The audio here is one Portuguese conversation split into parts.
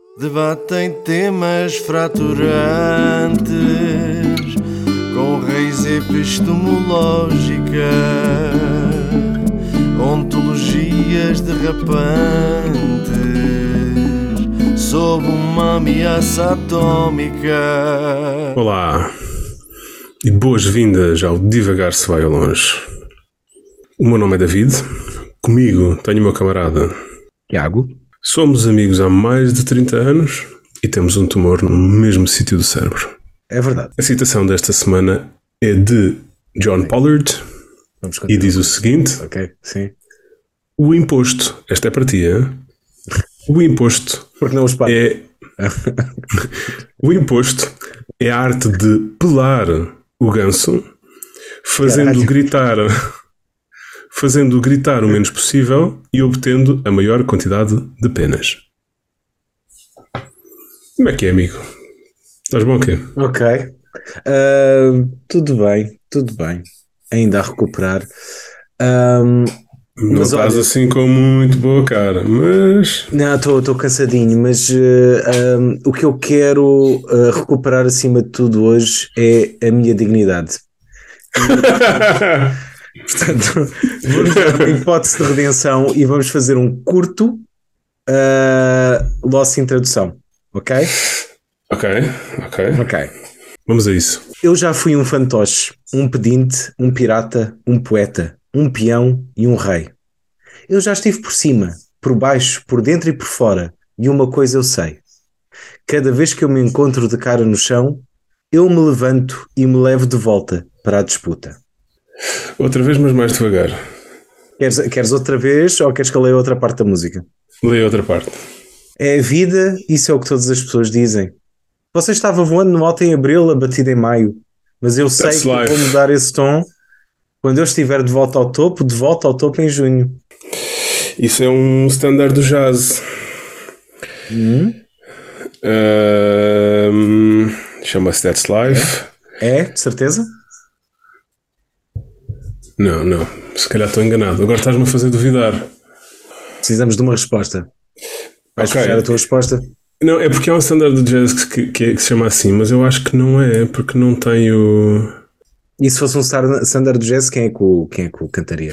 Debatem temas fraturantes com raiz epistemológica, ontologias derrapantes sob uma ameaça atómica. Olá e boas-vindas ao Divagar se vai ao longe. O meu nome é David, comigo tenho o meu camarada Tiago. Somos amigos há mais de 30 anos e temos um tumor no mesmo sítio do cérebro. É verdade. A citação desta semana é de John Pollard e diz o seguinte: Ok, sim. O imposto, esta é para ti, hein? O imposto Porque não os paga. O imposto é a arte de pelar o ganso, fazendo gritar o menos possível e obtendo a maior quantidade de penas. Como é que é, amigo? Estás bom, quê? Ok. Tudo bem. Ainda a recuperar. Não Mas estás olha, assim com muito boa cara, mas... Não, estou cansadinho, mas o que eu quero recuperar acima de tudo hoje é a minha dignidade. Portanto, vamos dar uma hipótese de redenção e vamos fazer um curto loss introdução, ok? Ok. Vamos a isso. Eu já fui um fantoche, um pedinte, um pirata, um poeta, um peão e um rei. Eu já estive por cima, por baixo, por dentro e por fora, e uma coisa eu sei. Cada vez que eu me encontro de cara no chão, eu me levanto e me levo de volta para a disputa. Outra vez, mas mais devagar. Queres outra vez ou queres que eu leia outra parte da música? Leia outra parte. É a vida, isso é o que todas as pessoas dizem. Você estava voando no alto em abril, abatido em maio, mas eu sei That's que life. vou mudar esse tom quando eu estiver de volta ao topo em junho. Isso é um standard do jazz. Chama-se That's Life. É? De certeza? Não. Se calhar estou enganado. Agora estás-me a fazer duvidar. Precisamos de uma resposta. Vais Ok. fechar a tua resposta? Não, é porque há um standard do jazz que se chama assim, mas eu acho que não é, porque não tem o... E se fosse um standard do jazz, quem é que o cantaria?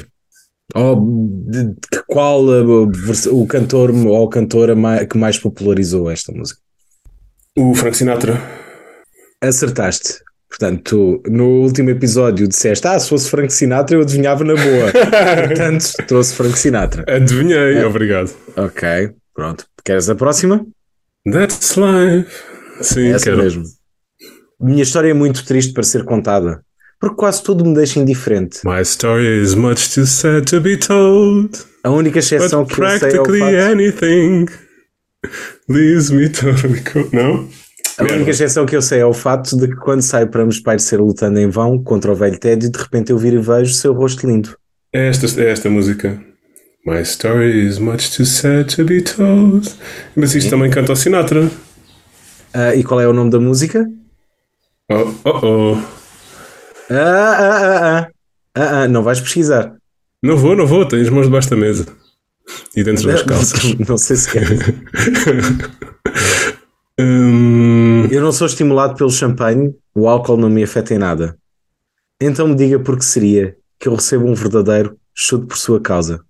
Qual o cantor ou a cantora que mais popularizou esta música? O Frank Sinatra. Acertaste. Portanto, tu, no último episódio disseste, se fosse Frank Sinatra eu adivinhava na boa. Portanto, trouxe Frank Sinatra. Adivinhei, obrigado. Ok, pronto. Queres a próxima? That's Life. Sim, Essa quero. mesmo. Minha história é muito triste para ser contada, porque quase tudo me deixa indiferente. My story is much too sad to be told, A única exceção but que eu sei é o practically fato... anything leaves me totally cold. Não? A única exceção que eu sei é o fato de que quando saio para me espairecer lutando em vão contra o velho Tédio, de repente eu viro e vejo o seu rosto lindo. É esta música. My story is much too sad to be told. Mas isto também canta o Sinatra. E qual é o nome da música? Oh. Não vais pesquisar. Não vou. Tenho as mãos debaixo da mesa. E dentro das calças. Não sei se quer. Eu não sou estimulado pelo champanhe, o álcool não me afeta em nada. Então me diga por que seria que eu recebo um verdadeiro chute por sua causa.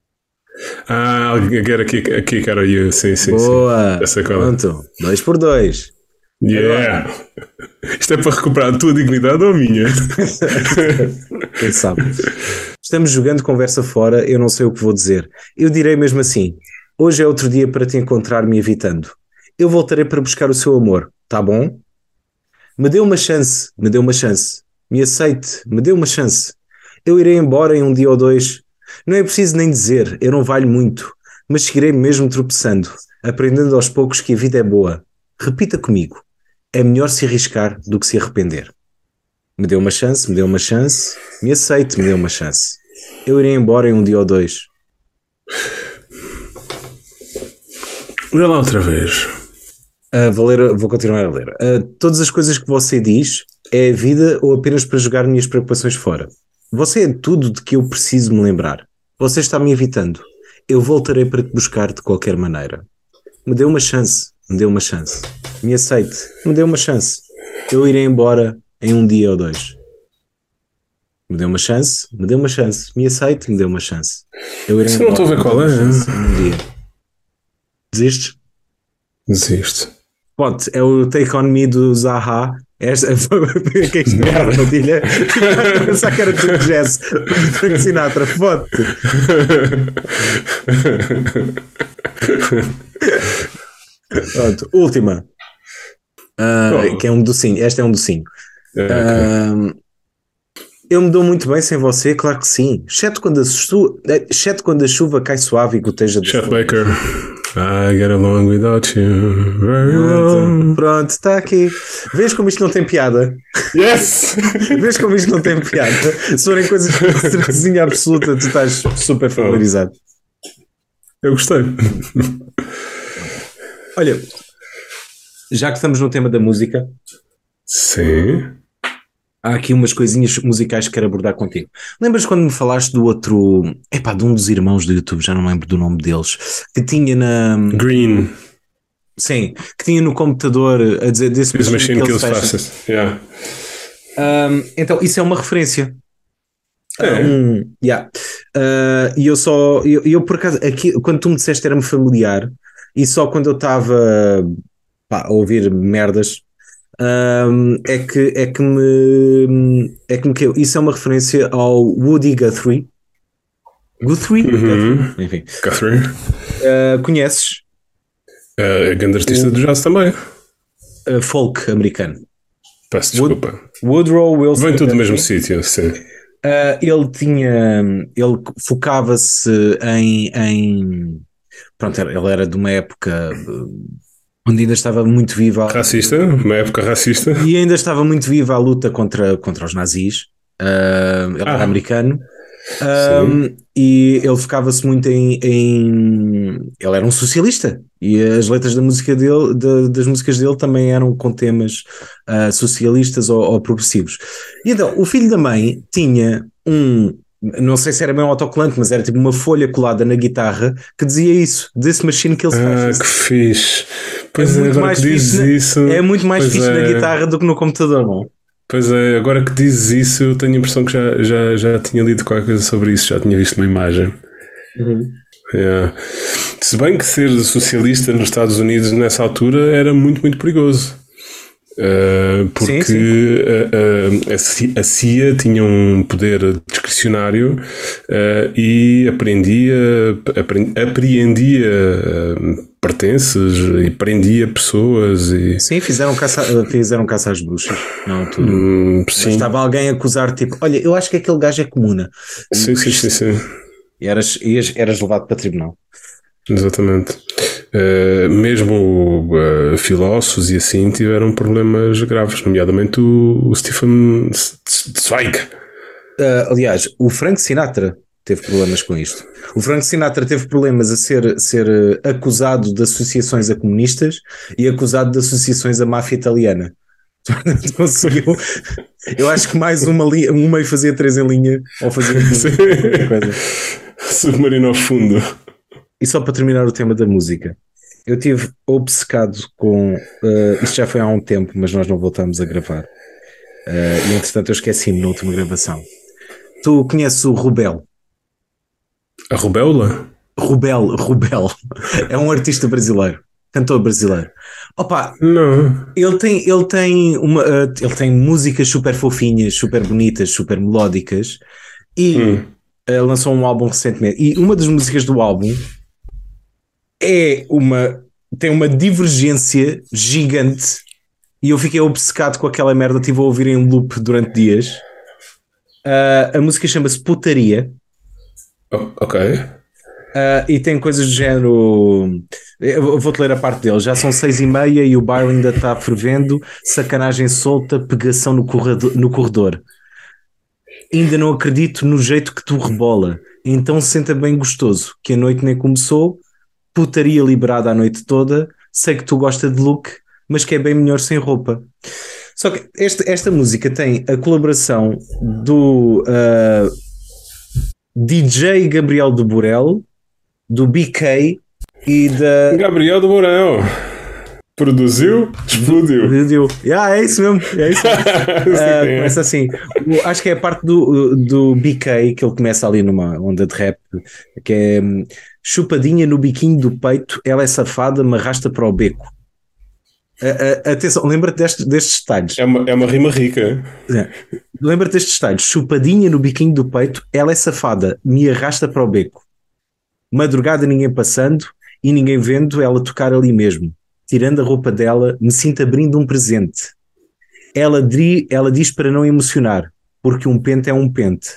Get aqui, cara, you. Sim. Boa! Essa é qual é. Pronto, 2x2. Yeah! Isto é para recuperar a tua dignidade ou a minha? Quem sabe? Estamos jogando conversa fora, eu não sei o que vou dizer. Eu direi mesmo assim: hoje é outro dia para te encontrar me evitando. Eu voltarei para buscar o seu amor, tá bom? Me dê uma chance. Me aceite, me dê uma chance. Eu irei embora em um dia ou dois. Não é preciso nem dizer, eu não valho muito, mas seguirei mesmo tropeçando, aprendendo aos poucos que a vida é boa. Repita comigo: é melhor se arriscar do que se arrepender. Me dê uma chance, me aceite, me dê uma chance. Eu irei embora em um dia ou dois. Olha lá outra vez. Vou continuar a ler. Todas as coisas que você diz é a vida ou apenas para jogar minhas preocupações fora? Você é tudo de que eu preciso me lembrar. Você está me evitando. Eu voltarei para te buscar de qualquer maneira. Me dê uma chance, me dê uma chance. Me aceite, me dê uma chance. Eu irei embora em um dia ou dois. Me dê uma chance, me dê uma chance. Me aceite, me dê uma chance. Eu irei Não estou a ver qual é. Um dia. Desistes? Desisto. Pode, é o Take On Me do Zaha. Esta foi que isto merda, não tinha. A pensar que era tudo jazz. Frank Sinatra, foda-te. Pronto, última. Que é um docinho. Esta é um docinho. Okay. Eu me dou muito bem sem você, claro que sim. Exceto quando a chuva cai suave e goteja do Chet Baker. I get along without you very well. Pronto, está aqui. Vês como isto não tem piada? Yes! Vês como isto não tem piada? Se forem coisas de certezinha absoluta, tu estás super familiarizado. Eu gostei. Olha, já que estamos no tema da música, sim, há aqui umas coisinhas musicais que quero abordar contigo. Lembras quando me falaste do outro, de um dos irmãos do YouTube, já não lembro do nome deles, que tinha na... Green. Sim, que tinha no computador a dizer This machine kills fastest. Yeah. Então, isso é uma referência. É. E eu por acaso, aqui, quando tu me disseste era-me familiar, e só quando eu estava a ouvir merdas, é que me caiu. Isso é uma referência ao Woody Guthrie. Guthrie? Enfim. Guthrie. Conheces? Grande artista do jazz também. Folk americano. Peço desculpa. Woodrow Wilson. Vem tudo do mesmo sítio, sim. Ele focava-se em pronto, ele era de uma época onde ainda estava muito viva racista, uma época racista, e ainda estava muito viva a luta contra os nazis. Ele era americano, e ele focava-se muito ele era um socialista, e as letras da música dele, das músicas dele também eram com temas socialistas ou progressivos. E então o filho da mãe tinha não sei se era bem um autocolante, mas era tipo uma folha colada na guitarra que dizia isso, This Machine Kills Fascists. Que fixe. Pois é, agora que dizes isso... É muito mais fixe na guitarra do que no computador, não? Pois é, agora que dizes isso, eu tenho a impressão que já tinha lido qualquer coisa sobre isso, já tinha visto uma imagem. Yeah. Se bem que ser socialista nos Estados Unidos nessa altura era muito, muito perigoso. Porque sim. A CIA tinha um poder discricionário e apreendia pertences e prendia pessoas. Sim, fizeram caça às bruxas na altura. Sim. Estava alguém a acusar, tipo, olha, eu acho que aquele gajo é comuna. Sim. E eras levado para tribunal. Exatamente. Mesmo filósofos e assim tiveram problemas graves, nomeadamente o Stefan Zweig. Aliás, o Frank Sinatra teve problemas com isto. O Frank Sinatra teve problemas a ser acusado de associações a comunistas e acusado de associações à máfia italiana. Conseguiu. Eu acho que mais uma e fazia 3 em linha, ou fazia coisa. Submarino ao fundo. E só para terminar o tema da música, eu tive obcecado com isto já foi há um tempo, mas nós não voltamos a gravar, e entretanto eu esqueci-me na última gravação. Tu conheces o Rubel? A Rubela? Rubel é um artista brasileiro, cantor brasileiro. Opa, não. Ele tem músicas super fofinhas, super bonitas, super melódicas, e lançou um álbum recentemente, e uma das músicas do álbum tem uma divergência gigante, e eu fiquei obcecado com aquela merda, estive a ouvir em loop durante dias. A música chama-se Putaria. Ok. E tem coisas do género, eu vou-te ler a parte dele. Já são 6:30 e o baile ainda está fervendo, sacanagem solta, pegação no corredor. Ainda não acredito no jeito que tu rebola, então senta bem gostoso, que a noite nem começou, putaria liberada a noite toda, sei que tu gosta de look, mas que é bem melhor sem roupa. Só que esta música tem a colaboração do DJ Gabriel do Borel, do BK e da... Gabriel do Borel. Produziu, explodiu. É isso mesmo. Começa assim. Acho que é a parte do BK que ele começa ali numa onda de rap, que é chupadinha no biquinho do peito, ela é safada, me arrasta para o beco. Atenção, lembra-te destes detalhes. É uma rima rica. Lembra-te destes detalhes. Chupadinha no biquinho do peito, ela é safada, me arrasta para o beco. Madrugada ninguém passando e ninguém vendo ela tocar ali mesmo. Tirando a roupa dela, me sinto abrindo um presente. Ela diz para não emocionar, porque um pente é um pente.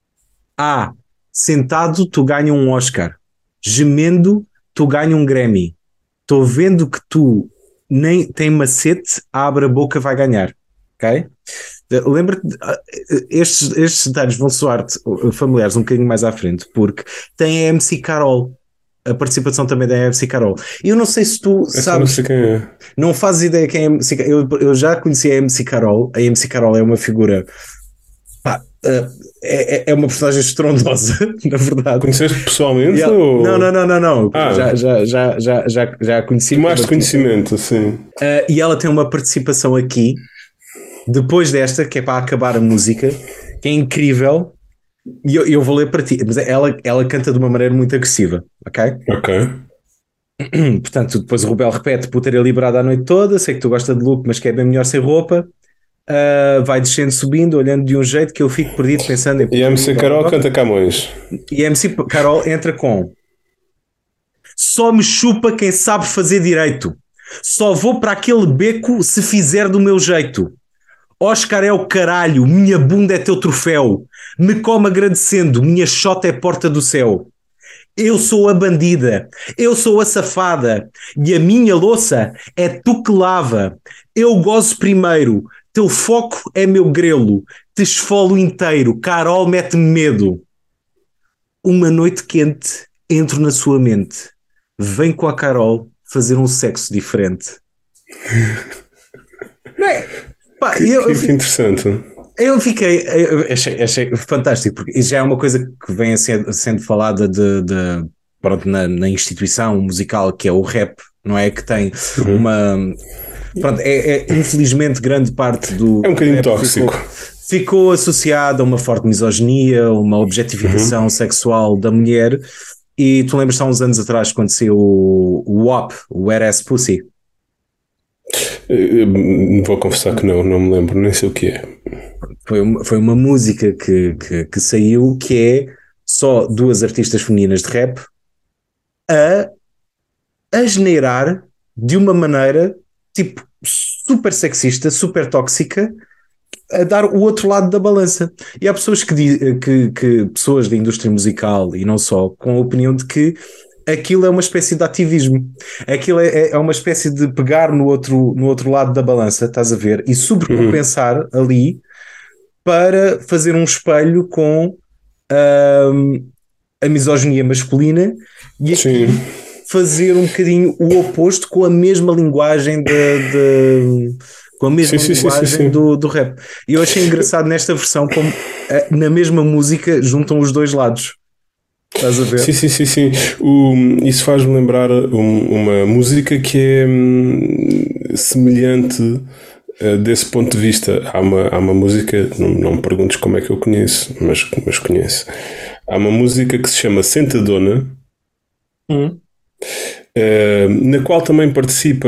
Sentado tu ganha um Oscar. Gemendo tu ganha um Grammy. Estou vendo que tu nem tem macete, abre a boca, vai ganhar. Ok? Lembra-te, estes detalhes vão soar-te familiares um bocadinho mais à frente, porque tem a MC Carol. A participação também da MC Carol. Eu não sei se tu sabes. Não sei quem é. Não fazes ideia quem é a MC Carol. Eu já conheci a MC Carol. A MC Carol é uma figura. É uma personagem estrondosa, na verdade. Conheceste pessoalmente? Não. Já a conheci. Tomaste conhecimento, sim. E ela tem uma participação aqui, depois desta, que é para acabar a música, que é incrível. E eu vou ler para ti, mas ela canta de uma maneira muito agressiva, ok? Portanto, depois o Rubel repete: putaria liberada a noite toda, sei que tu gostas de look, mas que é bem melhor sem roupa. Vai descendo, subindo, olhando de um jeito que eu fico perdido pensando em... E a MC Carol canta Camões. E a MC Carol entra com: só me chupa quem sabe fazer direito, só vou para aquele beco se fizer do meu jeito. Oscar é o caralho, minha bunda é teu troféu, me come agradecendo, minha xota é porta do céu. Eu sou a bandida, eu sou a safada, e a minha louça é tu que lava. Eu gozo primeiro, teu foco é meu grelo, te esfolo inteiro, Carol mete-me medo. Uma noite quente, entro na sua mente, vem com a Carol fazer um sexo diferente. Não é? Pá, que interessante. Eu achei fantástico, porque isso já é uma coisa que vem sendo falada pronto, na instituição musical que é o rap, não é? Que tem uma... Pronto, infelizmente grande parte do... É um bocadinho tóxico. Ficou associada a uma forte misoginia, uma objetificação sexual da mulher, e tu lembras-te há uns anos atrás quando saiu o WAP, o Wet Ass Pussy? Vou confessar que não me lembro, nem sei o que é. Foi uma música que saiu, que é só duas artistas femininas de rap a asneirar de uma maneira tipo super sexista, super tóxica, a dar o outro lado da balança. E há pessoas que pessoas da indústria musical e não só, com a opinião de que aquilo é uma espécie de ativismo, aquilo é uma espécie de pegar no outro lado da balança, estás a ver, e sobrecompensar ali para fazer um espelho com a misoginia masculina e aqui fazer um bocadinho o oposto com a mesma linguagem com a mesma linguagem do rap. E eu achei engraçado nesta versão como na mesma música juntam os dois lados. Estás a ver? Sim. Isso faz-me lembrar uma música que é semelhante desse ponto de vista. Há uma música, não me perguntes como é que eu conheço, mas conheço. Há uma música que se chama Sentadona, na qual também participa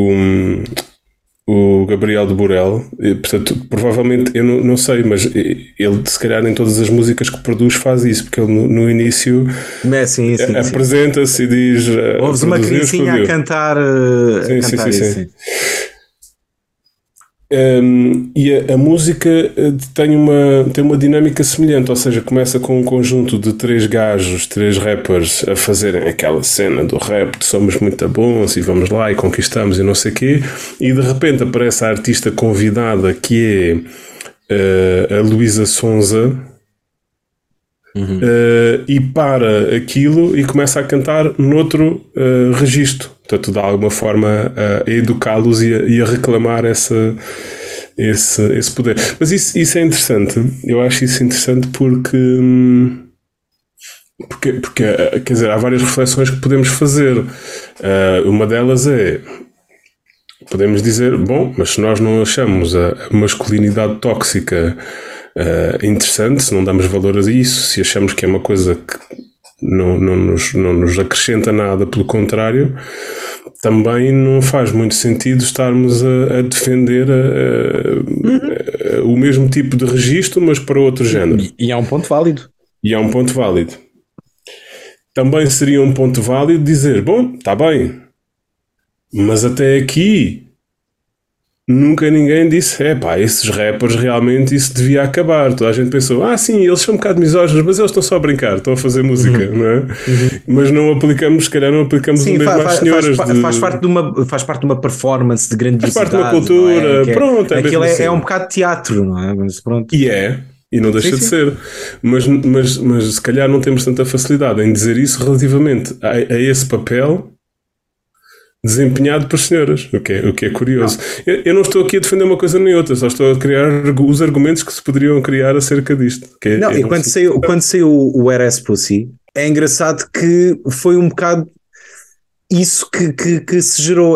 o Gabriel de Borel. Portanto, provavelmente, eu não sei, mas ele se calhar em todas as músicas que produz faz isso, porque ele no início apresenta-se e diz... Ouves uma criancinha a cantar sim. E a música tem uma dinâmica semelhante, ou seja, começa com um conjunto de 3 gajos, 3 rappers a fazerem aquela cena do rap de somos muito bons e vamos lá e conquistamos e não sei o quê, e de repente aparece a artista convidada que é a Luísa Sonza, e para aquilo e começa a cantar noutro registro. Portanto, de alguma forma a educá-los e a reclamar esse poder. Mas isso é interessante. Eu acho isso interessante porque quer dizer, há várias reflexões que podemos fazer. Uma delas é podemos dizer, bom, mas se nós não achamos a masculinidade tóxica interessante, se não damos valor a isso, se achamos que é uma coisa que não nos acrescenta nada, pelo contrário, também não faz muito sentido estarmos a defender o mesmo tipo de registro, mas para outro género. E é um ponto válido. Também seria um ponto válido dizer, bom, está bem, mas até aqui nunca ninguém disse, esses rappers realmente isso devia acabar. Toda a gente pensou, sim, eles são um bocado misóginos, mas eles estão só a brincar, estão a fazer música, não é? Mas não aplicamos, se calhar não aplicamos o mesmo às senhoras. Faz parte de uma performance de grandiosidade. Faz parte de uma cultura, pronto. Aquilo é um bocado de teatro, não é? Mas pronto. E não deixa de ser. Mas se calhar não temos tanta facilidade em dizer isso relativamente a esse papel desempenhado por senhoras, o que é curioso. Eu não estou aqui a defender uma coisa nem outra, só estou a criar os argumentos que se poderiam criar acerca disto. Quando saiu o RS Pussy, é engraçado que foi um bocado isso que se gerou.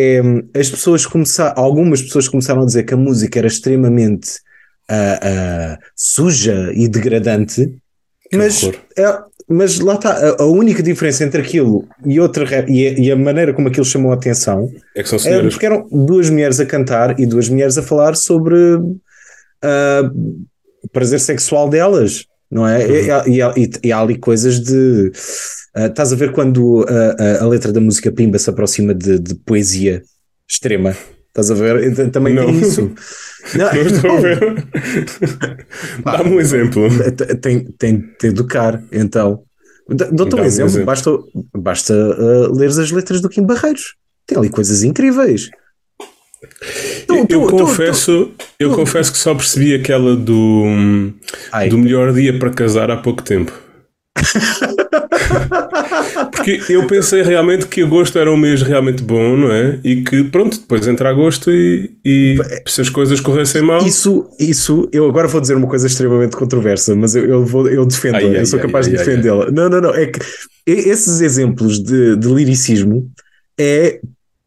Algumas pessoas começaram a dizer que a música era extremamente suja e degradante, mas lá está, a única diferença entre aquilo e a maneira como aquilo chamou a atenção é que são senhoras. Porque eram duas mulheres a cantar e duas mulheres a falar sobre o prazer sexual delas, não é? E há ali coisas de estás a ver quando a letra da música Pimba se aproxima de poesia extrema. Estás a ver? Também tem isso. Não estou a ver. Dá-me um exemplo. Tem de educar, então. Dou-te um exemplo. Basta leres as letras do Kim Barreiros. Tem ali coisas incríveis. Eu confesso que só percebi aquela do melhor dia para casar há pouco tempo. Porque eu pensei realmente que agosto era um mês realmente bom, não é? E que pronto, depois entra agosto e se as coisas corressem mal. Isso, eu agora vou dizer uma coisa extremamente controversa, mas eu defendo, eu sou capaz de defendê-la. Não, é que esses exemplos de liricismo é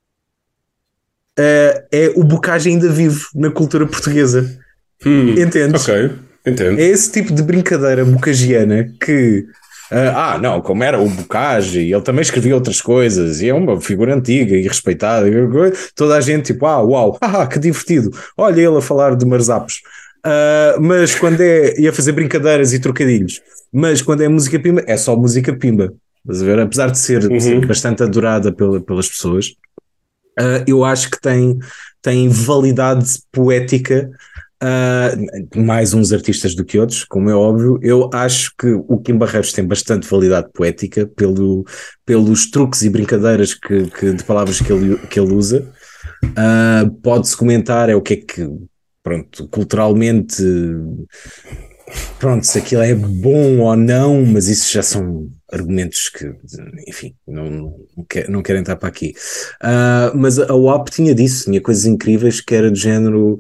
o Bocage ainda vivo na cultura portuguesa. Entendes? Ok, entendo. É esse tipo de brincadeira bocagiana que não, como era o Bocage, ele também escrevia outras coisas e é uma figura antiga e respeitada, toda a gente tipo, uau, que divertido, olha ele a falar de marzapos, mas quando ia fazer brincadeiras e trocadilhos, mas quando é música pimba, é só música pimba, estás a ver? Apesar de ser bastante adorada pelas pessoas, eu acho que tem validade poética. Mais uns artistas do que outros, como é óbvio. Eu acho que o Kim Barreiros tem bastante validade poética pelos truques e brincadeiras de palavras que ele usa. Pode-se comentar o que é que, pronto, culturalmente, pronto, se aquilo é bom ou não, mas isso já são argumentos que, enfim, não quero entrar para aqui. Mas a WAP tinha coisas incríveis que era do género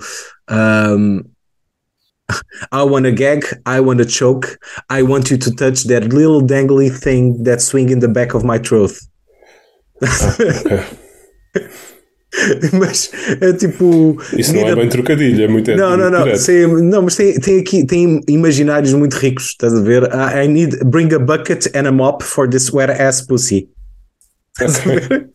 I wanna gag, I wanna choke, I want you to touch that little dangly thing that swing in the back of my throat. Mas é tipo. Isso não é bem trocadilho, é muito. Não, mas tem imaginários muito ricos, estás a ver? I need bring a bucket and a mop for this wet ass pussy. Estás a ver?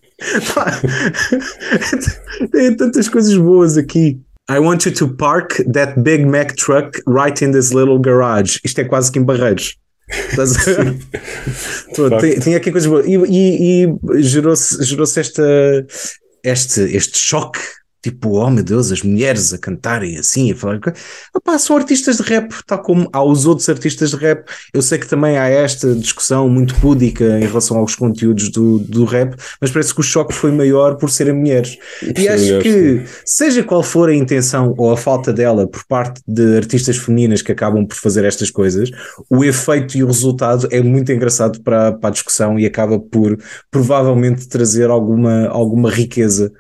Tem tantas coisas boas aqui. I want you to park that Big Mac truck right in this little garage. Isto é quase que em Barreiros. Estás a ver? Tem aqui coisas boas. E gerou-se este choque, tipo, oh meu Deus, as mulheres a cantarem assim, a falar. São artistas de rap, tal como há os outros artistas de rap. Eu sei que também há esta discussão muito púdica em relação aos conteúdos do rap, mas parece que o choque foi maior por serem mulheres. E acho que, seja qual for a intenção ou a falta dela por parte de artistas femininas que acabam por fazer estas coisas, o efeito e o resultado é muito engraçado para a discussão e acaba por provavelmente trazer alguma riqueza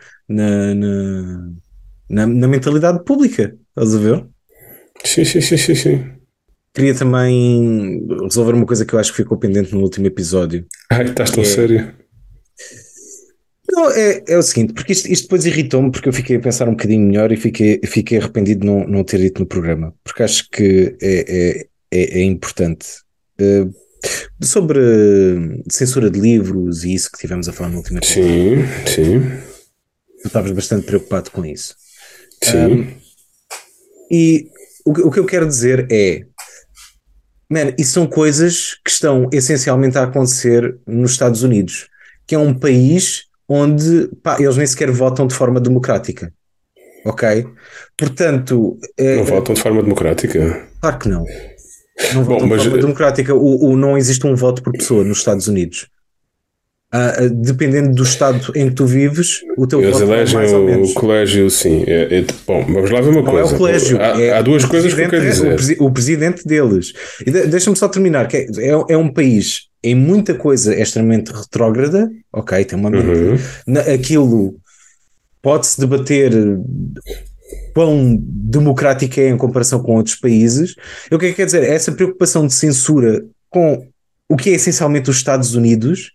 na mentalidade pública, estás a ver? Sim. Queria também resolver uma coisa que eu acho que ficou pendente no último episódio. Estás tão sério? Não, é o seguinte, porque isto depois irritou-me, porque eu fiquei a pensar um bocadinho melhor e fiquei arrependido de não ter dito no programa, porque acho que é importante. Sobre censura de livros e isso que tivemos a falar no último episódio. Sim. Tu estavas bastante preocupado com isso. Sim. E o que eu quero dizer é, isso são coisas que estão essencialmente a acontecer nos Estados Unidos, que é um país onde eles nem sequer votam de forma democrática. Ok? Portanto... Não votam de forma democrática? Claro que não. Não votam de forma democrática. Não existe um voto por pessoa nos Estados Unidos. Dependendo do estado em que tu vives, o teu voto elegem mais ou menos. O colégio, sim. Bom, vamos lá ver uma coisa. Não é o colégio. Há duas coisas que eu quero dizer. O presidente deles. E deixa-me só terminar, que é um país em muita coisa extremamente retrógrada. Ok, tem uma mente. Aquilo pode-se debater quão democrática é em comparação com outros países. O que é que quer dizer? Essa preocupação de censura com o que é essencialmente os Estados Unidos,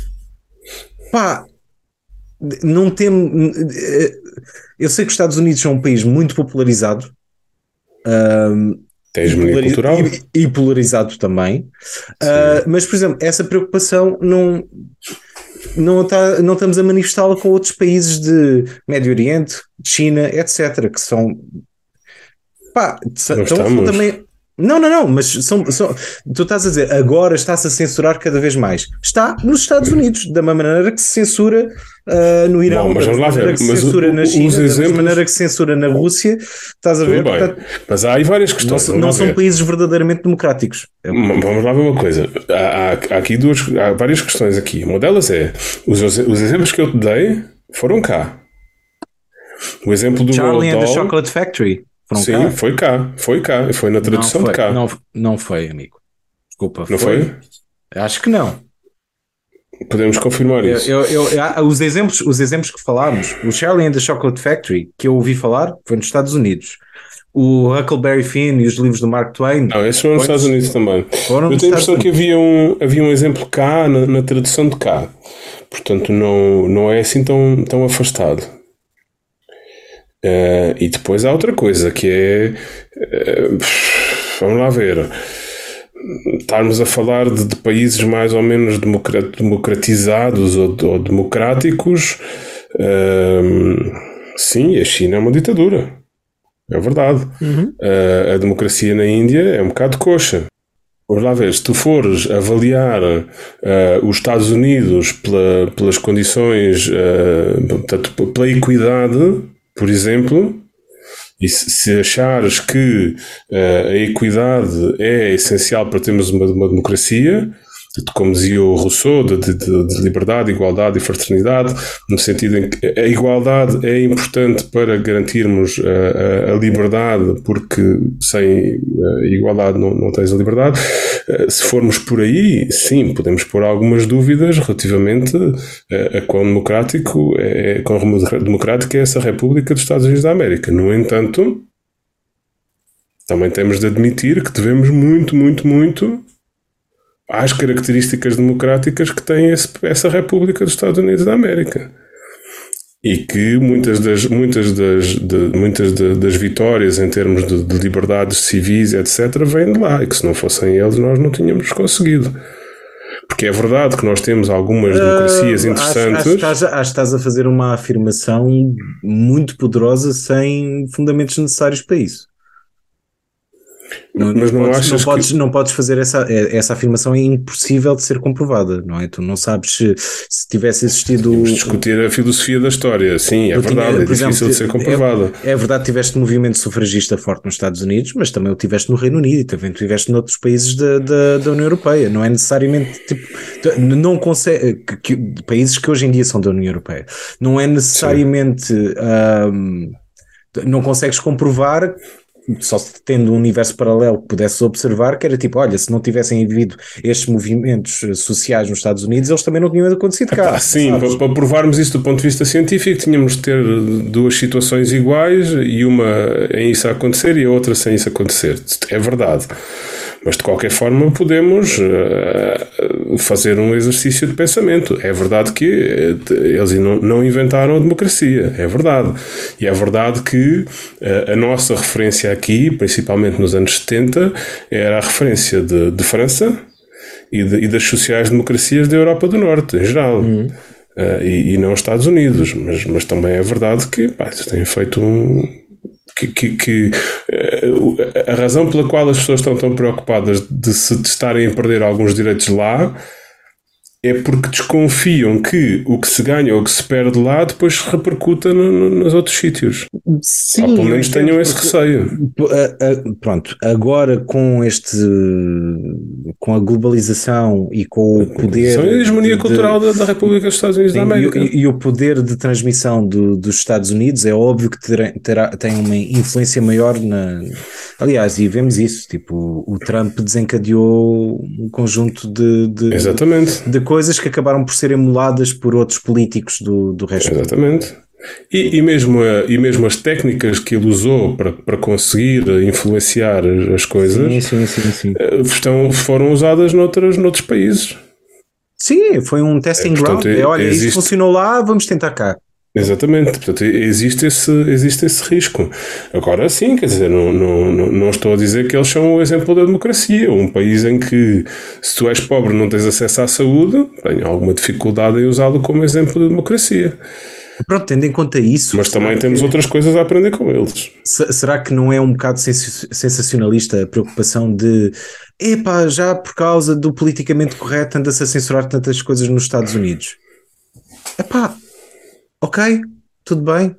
não tem. Eu sei que os Estados Unidos são um país muito popularizado. Tem hegemonia cultural. E polarizado também. Mas, por exemplo, essa preocupação não estamos a manifestá-la com outros países de Médio Oriente, China, etc., que são também. Não, mas tu estás a dizer, agora está-se a censurar cada vez mais. Está nos Estados Unidos, da mesma maneira que se censura no Irão, mas da vamos lá ver. Que se censura na China, da mesma maneira que se censura na Rússia. Estás a ver? Portanto, mas há aí várias questões. Não são países verdadeiramente democráticos. Vamos lá ver uma coisa. Há aqui há várias questões aqui. Uma delas é, os exemplos que eu te dei foram cá. O exemplo do Charlie and the Chocolate Factory. Sim, cá. Foi cá. Foi na tradução de cá. Não foi, amigo. Desculpa. Não foi? Acho que não. Podemos confirmar isso. Os exemplos que falámos, o Charlie and the Chocolate Factory, que eu ouvi falar, foi nos Estados Unidos. O Huckleberry Finn e os livros do Mark Twain. Não, esses foram nos Estados Unidos também. Eu tenho a impressão que havia um exemplo cá na tradução de cá. Portanto, não é assim tão afastado. E depois há outra coisa que é vamos lá ver, estarmos a falar de países mais ou menos democratizados ou democráticos. Sim, a China é uma ditadura, é verdade. A democracia na Índia é um bocado coxa. Vamos lá ver, se tu fores avaliar os Estados Unidos pelas condições, portanto, pela equidade, por exemplo, e se achares que a equidade é essencial para termos uma democracia, como dizia o Rousseau, de liberdade, igualdade e fraternidade, no sentido em que a igualdade é importante para garantirmos a liberdade, porque sem a igualdade não tens a liberdade. Se formos por aí, sim, podemos pôr algumas dúvidas relativamente a quão democrática é essa República dos Estados Unidos da América. No entanto, também temos de admitir que devemos muito às características democráticas que tem essa República dos Estados Unidos da América. E que muitas das vitórias em termos de liberdades civis, etc., vêm de lá. E que se não fossem eles, nós não tínhamos conseguido. Porque é verdade que nós temos algumas democracias interessantes. Acho que estás a fazer uma afirmação muito poderosa sem fundamentos necessários para isso. Não podes fazer essa afirmação, é impossível de ser comprovada, não é? Tu não sabes se tivesse existido. Vamos discutir a filosofia da história, sim, é verdade, é difícil de ser comprovada. É verdade, tiveste um movimento sufragista forte nos Estados Unidos, mas também o tiveste no Reino Unido e também o tiveste noutros países da União Europeia. Não é necessariamente não consegue, países que hoje em dia são da União Europeia, não é necessariamente não consegues comprovar. Só tendo um universo paralelo que pudesses observar, que era tipo, olha, se não tivessem havido estes movimentos sociais nos Estados Unidos, eles também não tinham acontecido cá. Sim, para provarmos isso do ponto de vista científico, tínhamos de ter duas situações iguais e uma em isso a acontecer e a outra sem isso acontecer. É verdade. Mas de qualquer forma podemos fazer um exercício de pensamento. É verdade que eles não inventaram a democracia, é verdade. E é verdade que a nossa referência aqui, principalmente nos anos 70, era a referência de França e das sociais-democracias da Europa do Norte, em geral. E não os Estados Unidos. Mas também é verdade que têm feito a razão pela qual as pessoas estão tão preocupadas de estarem a perder alguns direitos lá é porque desconfiam que o que se ganha ou o que se perde lá depois repercuta nos outros sítios. Sim, ou pelo menos tenham esse receio. Pronto, agora com a globalização e com o poder... São a hegemonia cultural da República dos Estados Unidos da América. E o poder de transmissão dos Estados Unidos é óbvio que tem uma influência maior Aliás, e vemos isso, tipo, o Trump desencadeou um conjunto Exatamente. de coisas que acabaram por ser emuladas por outros políticos do resto. Exatamente. E mesmo as técnicas que ele usou para conseguir influenciar as coisas sim. Foram usadas noutros países. Sim, foi um testing ground. Olha, isto funcionou lá, vamos tentar cá. Exatamente, portanto existe esse risco. Agora sim, quer dizer, não estou a dizer que eles são o exemplo da democracia. Um país em que, se tu és pobre não tens acesso à saúde, tenho alguma dificuldade em usá-lo como exemplo de democracia. Pronto, tendo em conta isso... Mas também temos outras coisas a aprender com eles. Será que não é um bocado sensacionalista a preocupação de já por causa do politicamente correto anda-se a censurar tantas coisas nos Estados Unidos? Ok, tudo bem.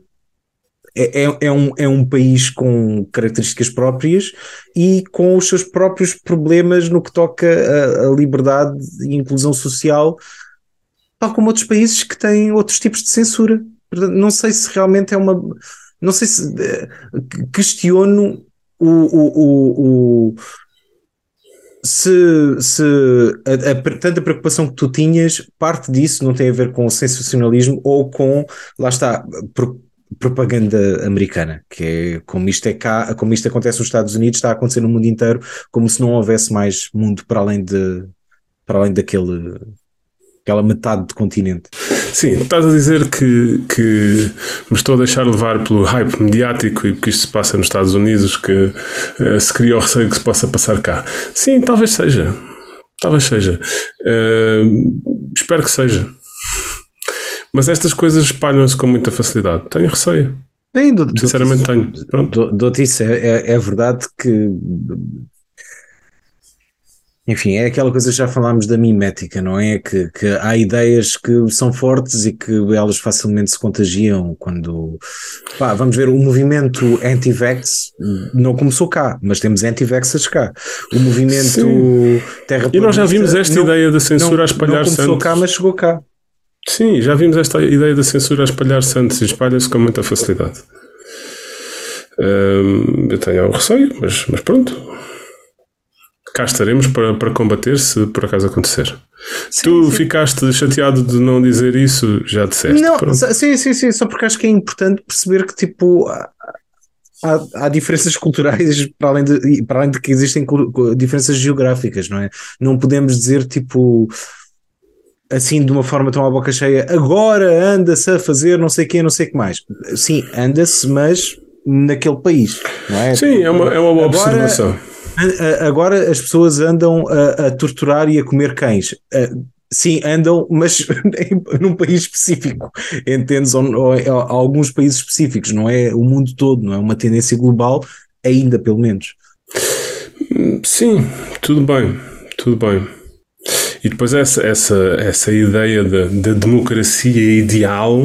É um país com características próprias e com os seus próprios problemas no que toca a liberdade e inclusão social, tal como outros países que têm outros tipos de censura. Não sei se realmente não sei se questiono tanta preocupação que tu tinhas, parte disso não tem a ver com o sensacionalismo ou com, lá está, propaganda americana, que é como isto acontece nos Estados Unidos, está a acontecer no mundo inteiro, como se não houvesse mais mundo para além daquela metade do continente. Sim, estás a dizer que me estou a deixar levar pelo hype mediático e porque isto se passa nos Estados Unidos, que se cria o receio que se possa passar cá. Sim, talvez seja. Espero que seja. Mas estas coisas espalham-se com muita facilidade. Tenho receio. Sinceramente tenho. Dou-te isso. É verdade que... Enfim, é aquela coisa que já falámos da mimética, não é? Que há ideias que são fortes e que elas facilmente se contagiam quando... vamos ver, o movimento anti-vax não começou cá, mas temos anti-vaxxers cá. O movimento terra... E nós já vimos esta ideia da censura a espalhar-se antes. Não começou cá, mas chegou cá. Sim, já vimos esta ideia da censura a espalhar-se antes e espalha-se com muita facilidade. Eu tenho receio, mas pronto. Cá estaremos para combater se por acaso acontecer. Tu ficaste chateado de não dizer isso, já disseste. Não, sim, só porque acho que é importante perceber que tipo há diferenças culturais para além de que existem diferenças geográficas, não é? Não podemos dizer tipo assim de uma forma tão à boca cheia, agora anda-se a fazer não sei quê, não sei o que mais. Sim, anda-se, mas naquele país, não é? Sim, é uma boa observação. Agora as pessoas andam a torturar e a comer cães. Sim, andam, mas num país específico, entendes? Ou alguns países específicos, não é o mundo todo, não é uma tendência global, ainda pelo menos. Sim, tudo bem. E depois essa ideia da democracia ideal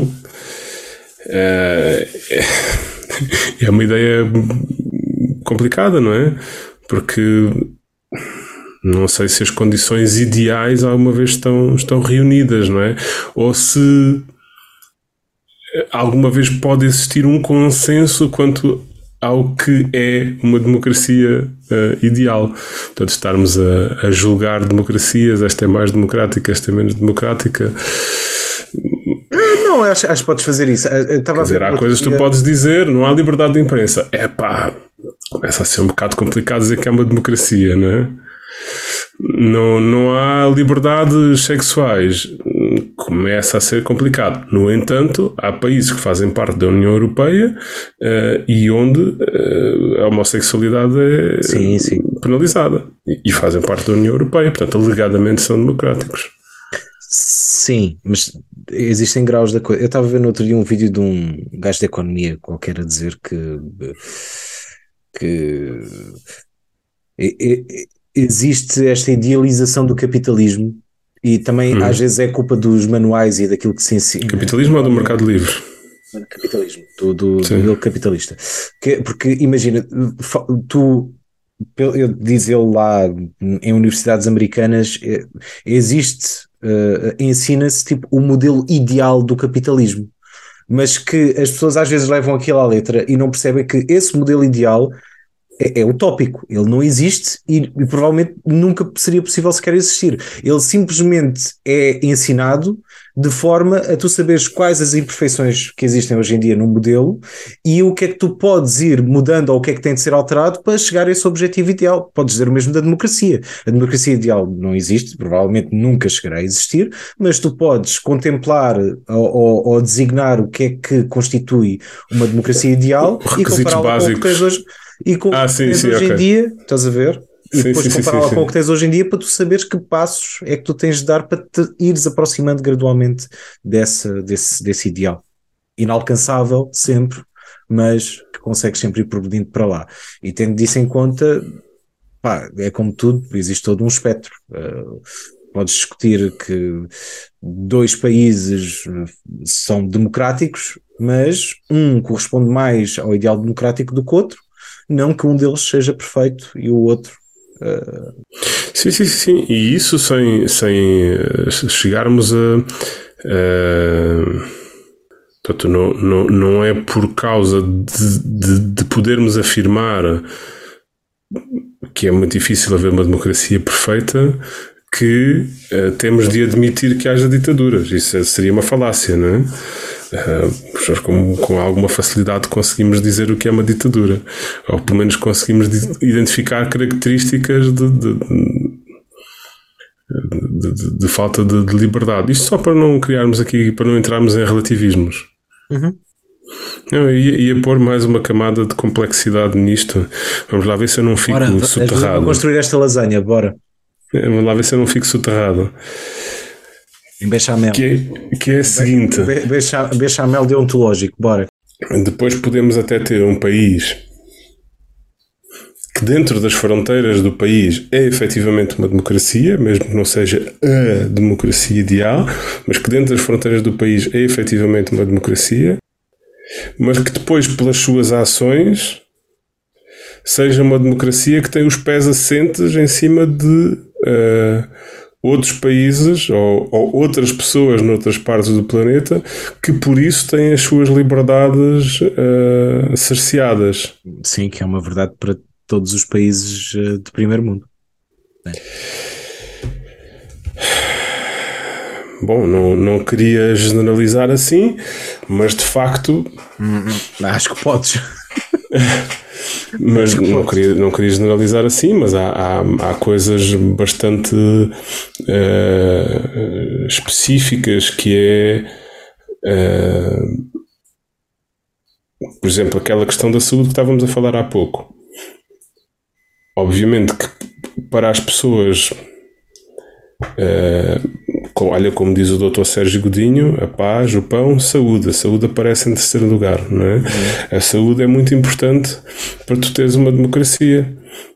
é uma ideia complicada, não é? Porque não sei se as condições ideais alguma vez estão reunidas, não é? Ou se alguma vez pode existir um consenso quanto ao que é uma democracia ideal. Portanto, estarmos a julgar democracias, esta é mais democrática, esta é menos democrática. Não, acho que podes fazer isso. Quer dizer, há coisas que tu podes dizer, não há liberdade de imprensa. Começa a ser um bocado complicado dizer que é uma democracia, não é? Não há liberdades sexuais. Começa a ser complicado. No entanto, há países que fazem parte da União Europeia e onde a homossexualidade é penalizada. E fazem parte da União Europeia. Portanto, alegadamente são democráticos. Sim, mas existem graus da coisa. Eu estava a ver no outro dia um vídeo de um gajo de economia qualquer a dizer que existe esta idealização do capitalismo e também às vezes é culpa dos manuais e daquilo que se ensina. Capitalismo ou do mercado livre? Capitalismo, do modelo capitalista. Porque imagina, diz ele lá em universidades americanas, ensina-se tipo o modelo ideal do capitalismo, mas que as pessoas às vezes levam aquilo à letra e não percebem que esse modelo ideal é utópico, ele não existe e provavelmente nunca seria possível sequer existir. Ele simplesmente é ensinado de forma a tu saberes quais as imperfeições que existem hoje em dia no modelo e o que é que tu podes ir mudando ou o que é que tem de ser alterado para chegar a esse objetivo ideal. Podes dizer o mesmo da democracia. A democracia ideal não existe, provavelmente nunca chegará a existir, mas tu podes contemplar ou designar o que é que constitui uma democracia ideal e compará-la com o que tens hoje. E com o que tens hoje em dia, estás a ver? E depois compará-la com o que tens hoje em dia para tu saberes que passos é que tu tens de dar para te ires aproximando gradualmente desse ideal. Inalcançável sempre, mas que consegues sempre ir progredindo para lá. E tendo disso em conta, é como tudo, existe todo um espectro. Podes discutir que 2 países são democráticos, mas um corresponde mais ao ideal democrático do que o outro. Não que um deles seja perfeito e o outro... Sim. E isso sem chegarmos a... Portanto, não é por causa de podermos afirmar que é muito difícil haver uma democracia perfeita que temos de admitir que haja ditaduras. Isso seria uma falácia, não é? Com alguma facilidade conseguimos dizer o que é uma ditadura, ou pelo menos conseguimos identificar características de falta de liberdade. Isto só para não criarmos aqui, para não entrarmos em relativismos. Eu ia pôr mais uma camada de complexidade nisto. Vamos lá ver se eu não fico soterrado. Vamos construir esta lasanha, bora. Vamos lá ver se eu não fico soterrado. Em bechamel. Que é a seguinte. Bechamel deontológico, bora. Depois podemos até ter um país que dentro das fronteiras do país é efetivamente uma democracia, mesmo que não seja a democracia ideal, mas que dentro das fronteiras do país é efetivamente uma democracia, mas que depois pelas suas ações seja uma democracia que tem os pés assentes em cima de outros países ou outras pessoas noutras partes do planeta que por isso têm as suas liberdades cerceadas. Sim, que é uma verdade para todos os países de primeiro mundo. Bom, não queria generalizar assim, mas de facto... Acho que podes. Mas não queria generalizar assim, mas há coisas bastante específicas que é... por exemplo, aquela questão da saúde que estávamos a falar há pouco. Obviamente que para as pessoas, olha como diz o Dr. Sérgio Godinho, a paz, o pão, saúde. A saúde aparece em terceiro lugar, não é? A saúde é muito importante para tu teres uma democracia.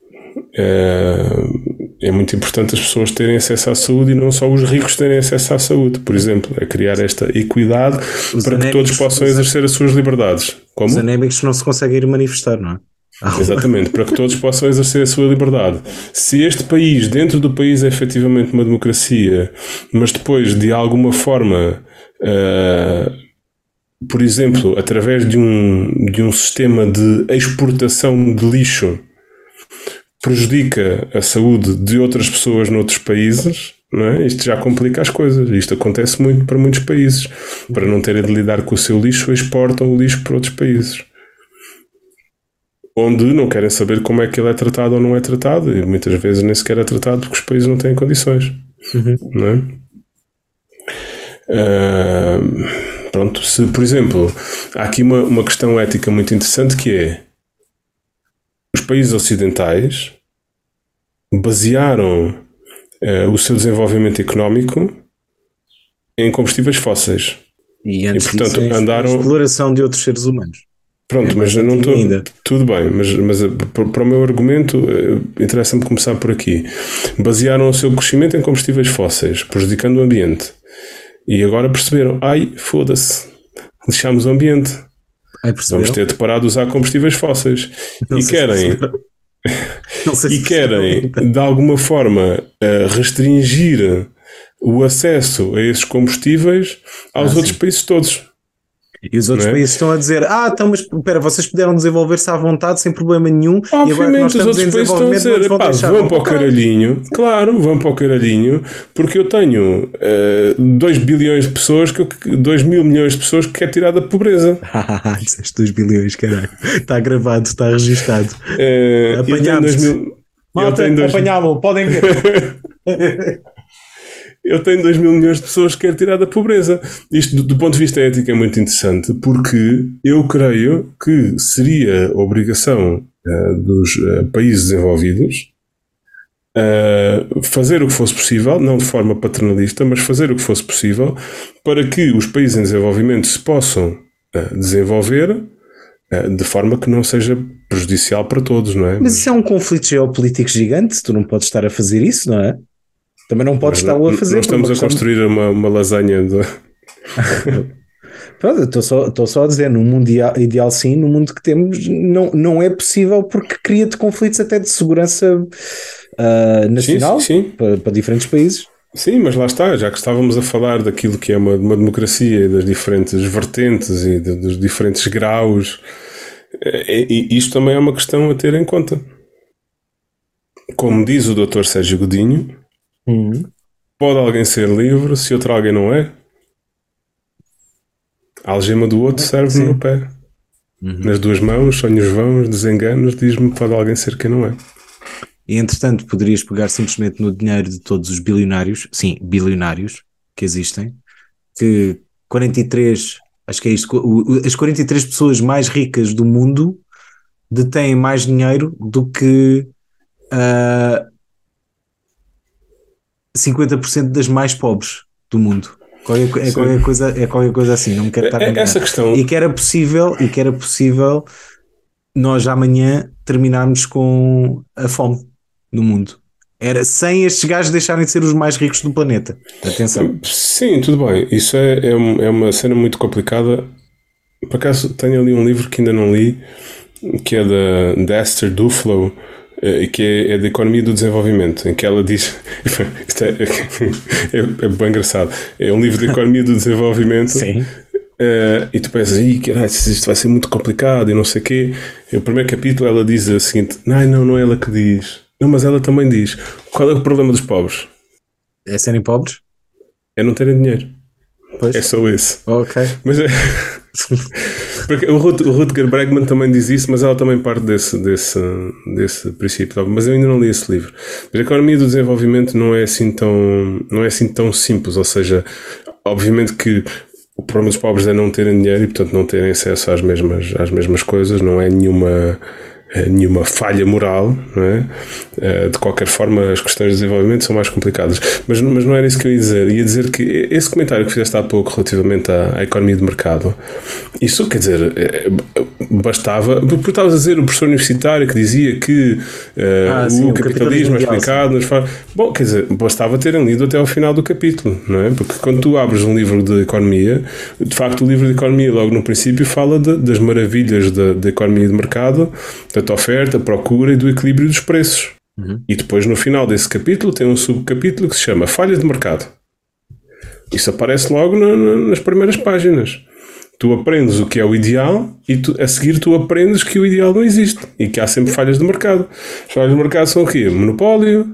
É muito importante as pessoas terem acesso à saúde e não só os ricos terem acesso à saúde, por exemplo, a criar esta equidade para que todos possam exercer as suas liberdades. Como? Os anémicos não se conseguem ir manifestar, não é? Exatamente, para que todos possam exercer a sua liberdade. Se este país, dentro do país, é efetivamente uma democracia, mas depois, de alguma forma, por exemplo, através de um sistema de exportação de lixo, prejudica a saúde de outras pessoas noutros países, não é? Isto já complica as coisas. Isto acontece muito para muitos países. Para não terem de lidar com o seu lixo, exportam o lixo para outros países. onde não querem saber como é que ele é tratado ou não é tratado, e muitas vezes nem sequer é tratado porque os países não têm condições. Não é? Pronto, se, por exemplo, há aqui uma questão ética muito interessante, que é: os países ocidentais basearam o seu desenvolvimento económico em combustíveis fósseis. E antes portanto, disso, andaram... a exploração de outros seres humanos. Pronto, mas eu não estou... Tudo bem, mas para o meu argumento, interessa-me começar por aqui. Basearam o seu crescimento em combustíveis fósseis, prejudicando o ambiente. E agora perceberam: ai, foda-se, lixámos o ambiente. Vamos ter de parar de usar combustíveis fósseis. E querem, de alguma forma, restringir o acesso a esses combustíveis aos outros países todos. E os outros países estão a dizer: então, mas espera, vocês puderam desenvolver-se à vontade sem problema nenhum. Obviamente, e agora que nós estamos em desenvolvimento, estão a dizer: vão para o caralhinho. Claro, vão para o caralhinho, porque eu tenho 2 bilhões de pessoas, 2 mil milhões de pessoas que quer tirar da pobreza. Disseste 2 bilhões, caralho. Está gravado, está registado. Apanhámos. Malta, apanhámos, podem ver. Eu tenho 2 mil milhões de pessoas que querem tirar da pobreza. Isto, do ponto de vista ético, é muito interessante, porque eu creio que seria obrigação dos países desenvolvidos fazer o que fosse possível, não de forma paternalista, mas fazer o que fosse possível para que os países em desenvolvimento se possam desenvolver de forma que não seja prejudicial para todos, não é? Mas isso é um conflito geopolítico gigante, tu não podes estar a fazer isso, não é? Também não podes estar a fazer. Nós estamos a construir uma lasanha de... Pronto, estou só a dizer, no mundo ideal sim, no mundo que temos não é possível, porque cria-te conflitos até de segurança nacional. Sim. Para diferentes países. Sim, mas lá está, já que estávamos a falar daquilo que é uma democracia e das diferentes vertentes e dos diferentes graus, e isto também é uma questão a ter em conta. Como diz o Dr. Sérgio Godinho, pode alguém ser livre se outro alguém não é? A algema do outro serve-me no pé. Nas duas mãos, sonhos vãos, desenganos, diz-me: pode alguém ser quem não é. E entretanto poderias pegar simplesmente no dinheiro de todos os bilionários, sim, bilionários que existem, que 43, acho que é isto, as 43 pessoas mais ricas do mundo detêm mais dinheiro do que 50% das mais pobres do mundo. Qualquer coisa assim, não me quero estar a enganar. Essa questão... E que era possível nós amanhã terminarmos com a fome no mundo. Era sem estes gajos deixarem de ser os mais ricos do planeta. Atenção. Sim, tudo bem. Isso é uma cena muito complicada. Por acaso tenho ali um livro que ainda não li, que é da Esther Duflo, que é da economia do desenvolvimento, em que ela diz... Isto é bem engraçado. É um livro de economia do desenvolvimento. Sim. E tu pensas: isto vai ser muito complicado e não sei o quê. E o primeiro capítulo ela diz o seguinte: não é ela que diz. Não, mas ela também diz: qual é o problema dos pobres? É serem pobres? É não terem dinheiro. Pois. É só isso. Ok. Mas porque o Rutger Bregman também diz isso, mas ela também parte desse princípio. Mas eu ainda não li esse livro. Mas a economia do desenvolvimento não é assim tão simples. Ou seja, obviamente que o problema dos pobres é não terem dinheiro e, portanto, não terem acesso às mesmas coisas. Não é nenhuma falha moral, não é? De qualquer forma, as questões de desenvolvimento são mais complicadas. Mas não era isso que eu ia dizer. Ia dizer que esse comentário que fizeste há pouco relativamente à economia de mercado, isso, quer dizer, bastava... Porque estavas a dizer o professor universitário que dizia que o capitalismo é explicado... Bom, quer dizer, bastava terem lido até ao final do capítulo, não é? Porque quando tu abres um livro de economia, de facto o livro de economia logo no princípio fala das maravilhas da economia de mercado, da oferta, procura e do equilíbrio dos preços. E depois no final desse capítulo tem um subcapítulo que se chama Falhas de Mercado. Isso aparece logo nas primeiras páginas. Tu aprendes o que é o ideal e a seguir tu aprendes que o ideal não existe e que há sempre falhas de mercado. As falhas de mercado são o quê? Monopólio,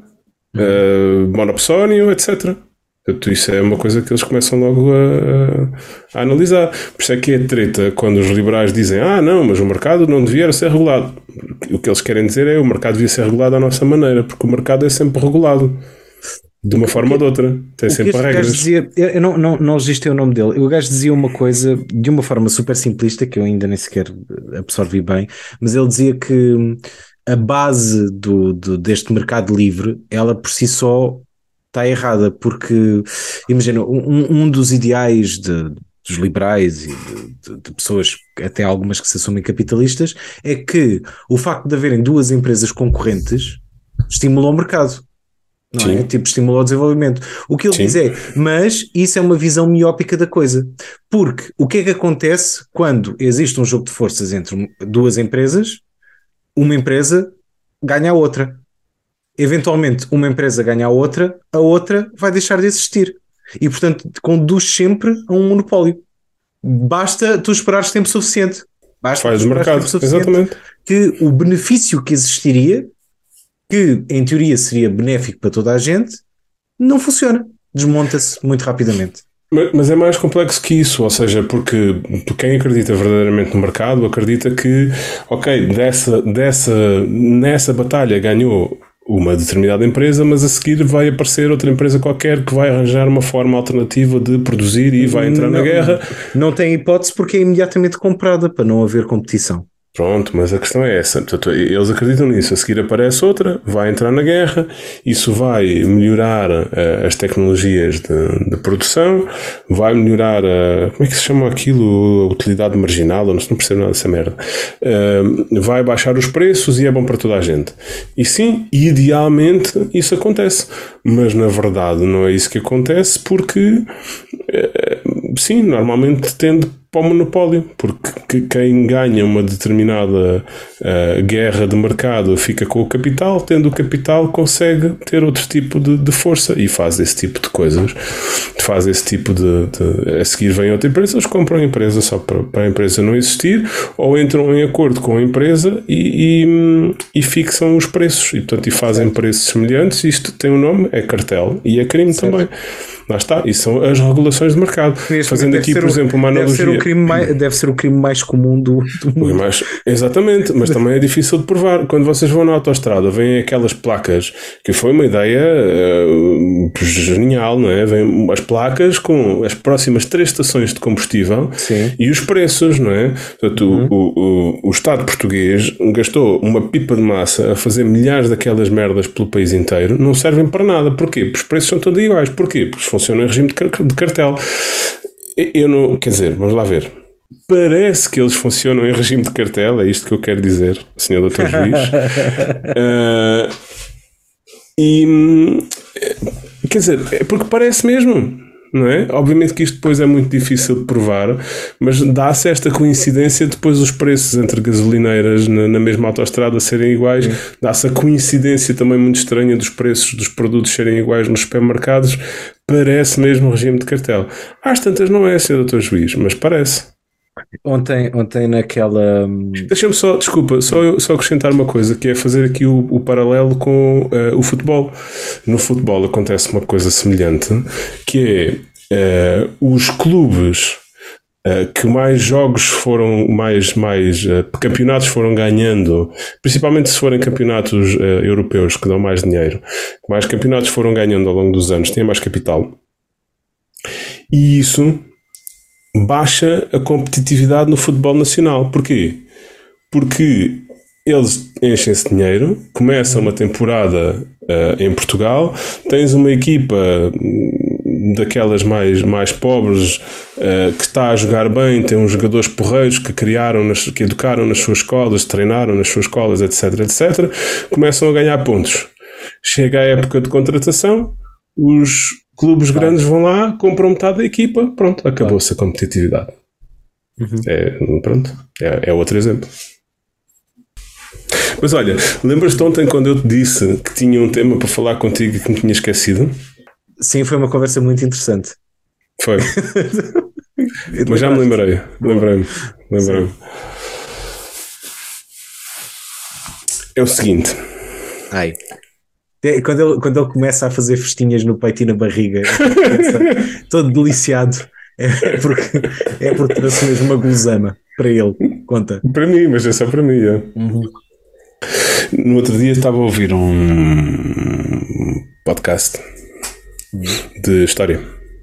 monopsónio, etc. Portanto, isso é uma coisa que eles começam logo a analisar. Por isso é que é treta quando os liberais dizem: não, mas o mercado não devia ser regulado. o que eles querem dizer é o mercado devia ser regulado à nossa maneira, porque o mercado é sempre regulado. De uma forma ou de outra, tem sempre regras. Dizia, eu não registrei o nome dele. O gajo dizia uma coisa de uma forma super simplista que eu ainda nem sequer absorvi bem, mas ele dizia que a base deste mercado livre, ela por si só está errada, porque imagina, um dos ideais dos liberais e de pessoas, até algumas que se assumem capitalistas, é que o facto de haverem duas empresas concorrentes estimula o mercado. Não é? Tipo, estimula o desenvolvimento. O que ele diz é, mas isso é uma visão miópica da coisa. Porque o que é que acontece quando existe um jogo de forças entre duas empresas? Uma empresa ganha a outra. Eventualmente, uma empresa ganha a outra vai deixar de existir. E, portanto, conduz sempre a um monopólio. Basta tu esperares tempo suficiente. Faz o mercado, exatamente. Que o benefício que existiria, que em teoria seria benéfico para toda a gente, não funciona, desmonta-se muito rapidamente. Mas é mais complexo que isso, ou seja, porque quem acredita verdadeiramente no mercado acredita que, ok, nessa batalha ganhou uma determinada empresa, mas a seguir vai aparecer outra empresa qualquer que vai arranjar uma forma alternativa de produzir e vai entrar na guerra. Não tem hipótese porque é imediatamente comprada para não haver competição. Pronto, mas a questão é essa. Portanto, eles acreditam nisso. A seguir aparece outra, vai entrar na guerra, isso vai melhorar as tecnologias de produção, vai melhorar como é que se chama aquilo? A utilidade marginal, eu não percebo nada dessa merda. Vai baixar os preços e é bom para toda a gente. E sim, idealmente isso acontece. Mas na verdade não é isso que acontece, sim, normalmente tende para o monopólio, porque quem ganha uma determinada guerra de mercado fica com o capital, tendo o capital consegue ter outro tipo de força e faz esse tipo de coisas, faz esse tipo a seguir vem outra empresa, eles compram a empresa só para a empresa não existir, ou entram em acordo com a empresa e fixam os preços e portanto fazem preços semelhantes. Isto tem um nome, é cartel e é crime também. Lá está, isso são as regulações de mercado. Fazendo aqui, por exemplo, uma analogia. Deve ser o crime mais comum do mundo. Exatamente, mas também é difícil de provar. Quando vocês vão na autoestrada, vêm aquelas placas, que foi uma ideia genial, não é? Vêm as placas com as próximas 3 estações de combustível. Sim. E os preços, não é? Portanto, o Estado português gastou uma pipa de massa a fazer milhares daquelas merdas pelo país inteiro, não servem para nada. Porquê? Porque os preços são todos iguais. Porquê? Porque funcionam em regime de cartel. Eu não, quer dizer, vamos lá ver. Parece que eles funcionam em regime de cartel, é isto que eu quero dizer, Sr. Dr. Juiz. Quer dizer, é porque parece mesmo, não é? Obviamente que isto depois é muito difícil de provar, mas dá-se esta coincidência depois os preços entre gasolineiras na mesma autoestrada serem iguais, dá-se a coincidência também muito estranha dos preços dos produtos serem iguais nos supermercados, parece mesmo um regime de cartel. Às tantas não é, Sr. Dr. Juiz, mas parece. Ontem naquela... Deixa-me só, desculpa, só acrescentar uma coisa, que é fazer aqui o paralelo com o futebol. No futebol acontece uma coisa semelhante, que é os clubes que mais jogos foram, mais campeonatos foram ganhando, principalmente se forem campeonatos europeus que dão mais dinheiro, mais campeonatos foram ganhando ao longo dos anos, têm mais capital. E isso baixa a competitividade no futebol nacional. Porquê? Porque eles enchem-se de dinheiro, começa uma temporada em Portugal, tens uma equipa daquelas mais pobres que está a jogar bem, tem uns jogadores porreiros que que educaram nas suas escolas, treinaram nas suas escolas, etc, etc, começam a ganhar pontos. Chega a época de contratação, os clubes grandes vão lá, compram metade da equipa, pronto, acabou-se a competitividade. É outro exemplo. Mas olha, lembras-te ontem quando eu te disse que tinha um tema para falar contigo e que me tinha esquecido? Sim, foi uma conversa muito interessante. Foi. Mas já me lembrei. Lembrei-me. É o seguinte. Quando ele começa a fazer festinhas no peito e na barriga, todo deliciado, é porque trouxe mesmo uma gulosama para ele. Conta. Para mim, mas é só para mim. No outro dia estava a ouvir um podcast de história.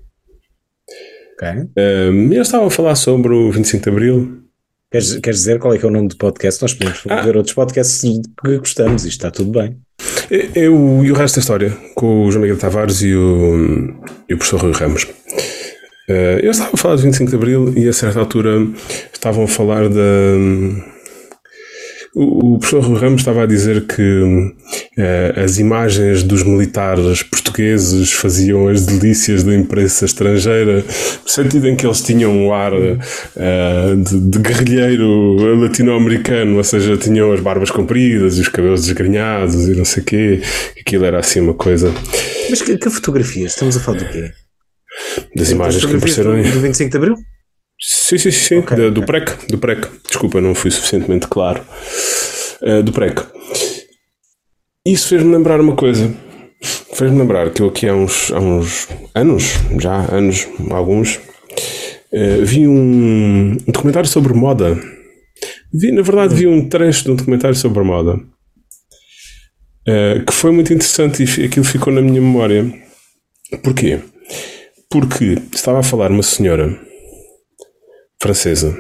Ok. Eles estavam a falar sobre o 25 de Abril. Queres dizer qual é que é o nome do podcast? Nós podemos ver outros podcasts que gostamos, isto está tudo bem. E o resto da história, com o João Miguel Tavares e o professor Rui Ramos. Eles estavam a falar do 25 de Abril e a certa altura estavam a falar da... O professor Rui Ramos estava a dizer que as imagens dos militares portugueses faziam as delícias da imprensa estrangeira, no sentido em que eles tinham um ar de guerrilheiro latino-americano, ou seja, tinham as barbas compridas e os cabelos desgrenhados e não sei o quê. Aquilo era assim uma coisa. Mas que fotografias? Estamos a falar do quê? Das imagens que apareceram do 25 de Abril? Sim. Okay, do PREC. Desculpa, não fui suficientemente claro. Do PREC. Isso fez-me lembrar uma coisa. Fez-me lembrar que eu aqui há uns anos, alguns, vi um documentário sobre moda. Na verdade, vi um trecho de um documentário sobre moda. Que foi muito interessante e aquilo ficou na minha memória. Porquê? Porque estava a falar uma senhora francesa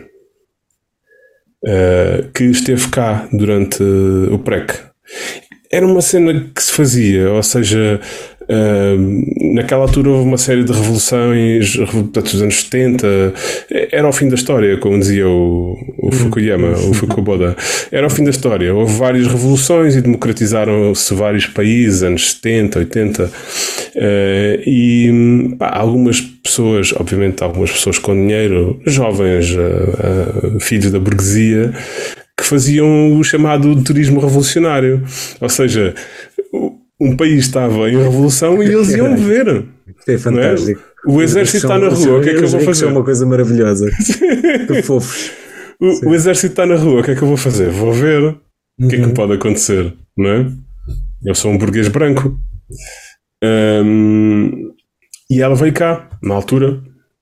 que esteve cá durante o PREC. Era uma cena que se fazia, ou seja, naquela altura houve uma série de revoluções dos anos 70, era o fim da história, como dizia o Fukuyama, o Fukuboda. Era o fim da história, houve várias revoluções e democratizaram-se vários países, anos 70, 80, e algumas pessoas, obviamente algumas pessoas com dinheiro, jovens, filhos da burguesia, que faziam o chamado turismo revolucionário, ou seja, um país estava em revolução e eles iam ver. É fantástico. É? O exército está na rua, o que é que eu vou fazer? É uma coisa maravilhosa. Que fofos. O exército está na rua, o que é que eu vou fazer? Vou ver o que é que pode acontecer, não é? Eu sou um burguês branco. E ela veio cá, na altura,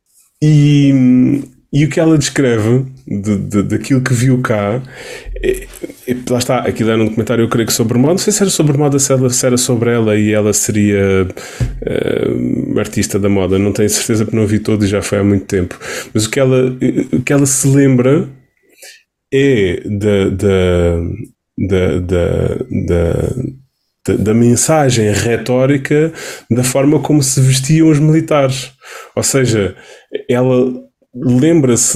e o que ela descreve daquilo que viu cá, lá está, aquilo era um documentário, eu creio que sobre moda, não sei se era sobre moda, se era sobre ela e ela seria artista da moda, não tenho certeza porque não vi todo e já foi há muito tempo, mas o que ela se lembra é da mensagem retórica da forma como se vestiam os militares, ou seja, ela lembra-se